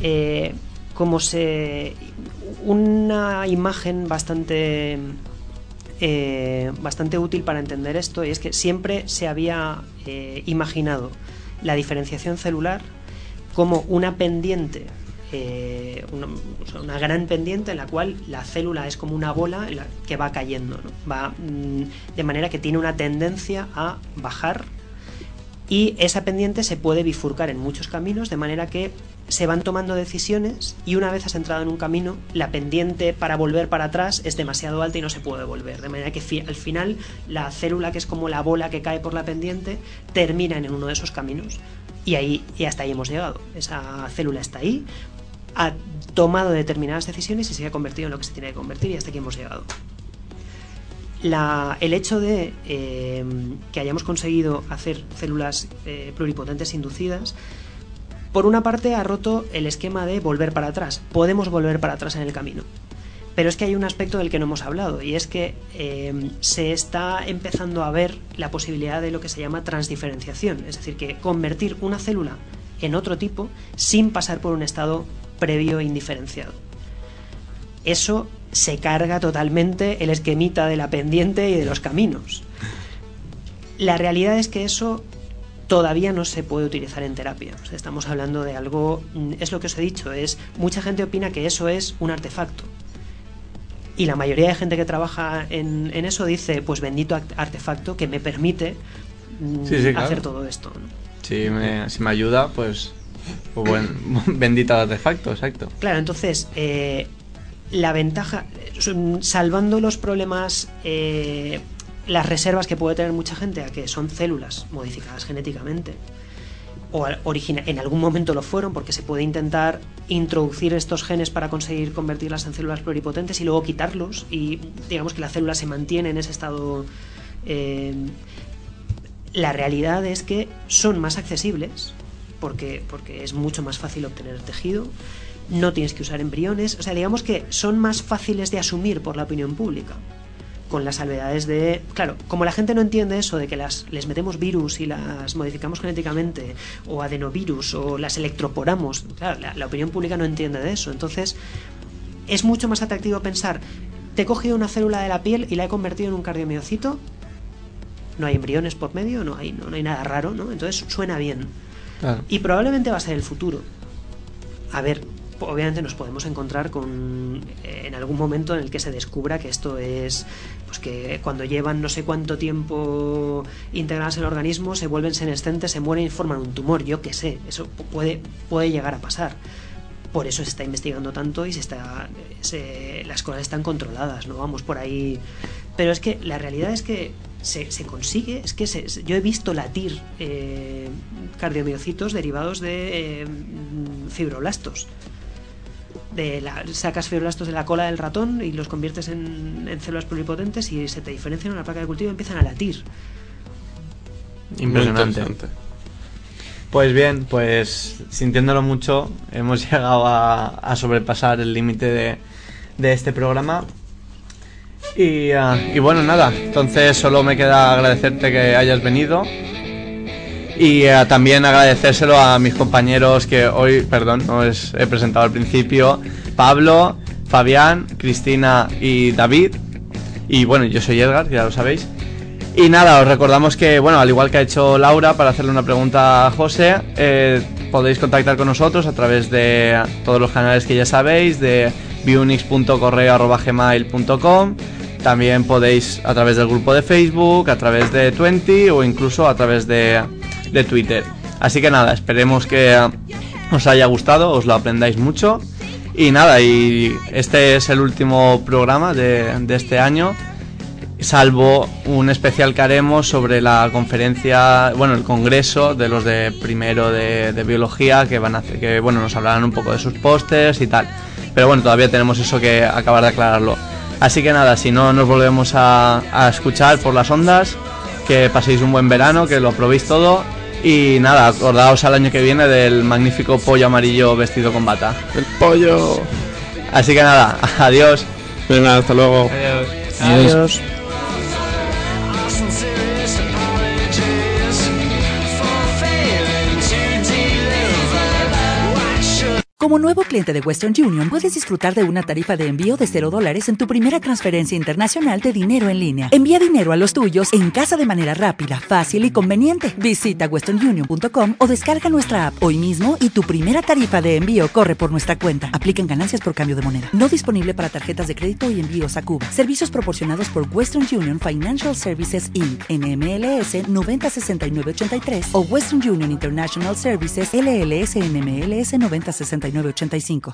una imagen bastante útil para entender esto, y es que siempre se había imaginado la diferenciación celular como una pendiente, una gran pendiente en la cual la célula es como una bola que va cayendo, ¿no? Va de manera que tiene una tendencia a bajar, y esa pendiente se puede bifurcar en muchos caminos, de manera que se van tomando decisiones y una vez has entrado en un camino, la pendiente para volver para atrás es demasiado alta y no se puede volver. De manera que al final la célula, que es como la bola que cae por la pendiente, termina en uno de esos caminos. Y hasta ahí hemos llegado. Esa célula está ahí, ha tomado determinadas decisiones y se ha convertido en lo que se tiene que convertir, y hasta aquí hemos llegado. El hecho de que hayamos conseguido hacer células pluripotentes inducidas, por una parte ha roto el esquema de volver para atrás. Podemos volver para atrás en el camino. Pero es que hay un aspecto del que no hemos hablado, y es que se está empezando a ver la posibilidad de lo que se llama transdiferenciación, es decir, que convertir una célula en otro tipo sin pasar por un estado previo indiferenciado. Eso se carga totalmente el esquemita de la pendiente y de los caminos. La realidad es que eso todavía no se puede utilizar en terapia. O sea, estamos hablando de algo, es lo que os he dicho, mucha gente opina que eso es un artefacto. Y la mayoría de gente que trabaja en eso dice, pues bendito artefacto que me permite hacer todo esto, ¿no? Si me ayuda, pues bendito artefacto, exacto. Claro, entonces, la ventaja, salvando los problemas, las reservas que puede tener mucha gente a que son células modificadas genéticamente, o en algún momento lo fueron, porque se puede intentar introducir estos genes para conseguir convertirlas en células pluripotentes y luego quitarlos, y digamos que la célula se mantiene en ese estado. La realidad es que son más accesibles, porque es mucho más fácil obtener tejido, no tienes que usar embriones, o sea, digamos que son más fáciles de asumir por la opinión pública, con las salvedades de... Claro, como la gente no entiende eso de que les metemos virus y las modificamos genéticamente, o adenovirus, o las electroporamos, claro, la opinión pública no entiende de eso. Entonces, es mucho más atractivo pensar, te he cogido una célula de la piel y la he convertido en un cardiomiocito, no hay embriones por medio, no hay nada raro, ¿no? Entonces suena bien. Claro. Y probablemente va a ser el futuro. A ver, obviamente nos podemos encontrar con en algún momento en el que se descubra que esto es, pues que cuando llevan no sé cuánto tiempo integradas en el organismo se vuelven senescentes, se mueren y forman un tumor, yo qué sé, eso puede llegar a pasar. Por eso se está investigando tanto y las cosas están controladas, no vamos por ahí. Pero es que la realidad es que se consigue, es que yo he visto latir cardiomiocitos derivados de fibroblastos. Sacas fibroblastos de la cola del ratón y los conviertes en células pluripotentes y se te diferencian en la placa de cultivo y empiezan a latir. Impresionante. Pues bien, pues sintiéndolo mucho, hemos llegado a sobrepasar el límite de este programa. Y bueno, nada, entonces solo me queda agradecerte que hayas venido. Y también agradecérselo a mis compañeros que hoy, perdón, no os he presentado al principio: Pablo, Fabián, Cristina y David. Y bueno, yo soy Edgar, ya lo sabéis. Y nada, os recordamos que, bueno, al igual que ha hecho Laura para hacerle una pregunta a José, podéis contactar con nosotros a través de todos los canales que ya sabéis, de biunix.correo@gmail.com. También podéis a través del grupo de Facebook, a través de Twenty o incluso a través de Twitter. Así que nada, esperemos que os haya gustado, os lo aprendáis mucho. Y nada, y este es el último programa de este año, salvo un especial que haremos sobre la conferencia, bueno, el congreso de los de primero de biología, que van a hacer, que bueno, nos hablarán un poco de sus pósters y tal. Pero bueno, todavía tenemos eso que acabar de aclararlo. Así que nada, si no nos volvemos a escuchar por las ondas, que paséis un buen verano, que lo probéis todo. Y nada, acordaos al año que viene del magnífico pollo amarillo vestido con bata. ¡El pollo! Así que nada, adiós. Venga, hasta luego. Adiós. Adiós. ¿Cómo Como nuevo cliente de Western Union, puedes disfrutar de una tarifa de envío de $0 en tu primera transferencia internacional de dinero en línea. Envía dinero a los tuyos en casa de manera rápida, fácil y conveniente. Visita westernunion.com o descarga nuestra app hoy mismo y tu primera tarifa de envío corre por nuestra cuenta. Aplican ganancias por cambio de moneda. No disponible para tarjetas de crédito y envíos a Cuba. Servicios proporcionados por Western Union Financial Services Inc. NMLS 906983 o Western Union International Services LLS NMLS 906985.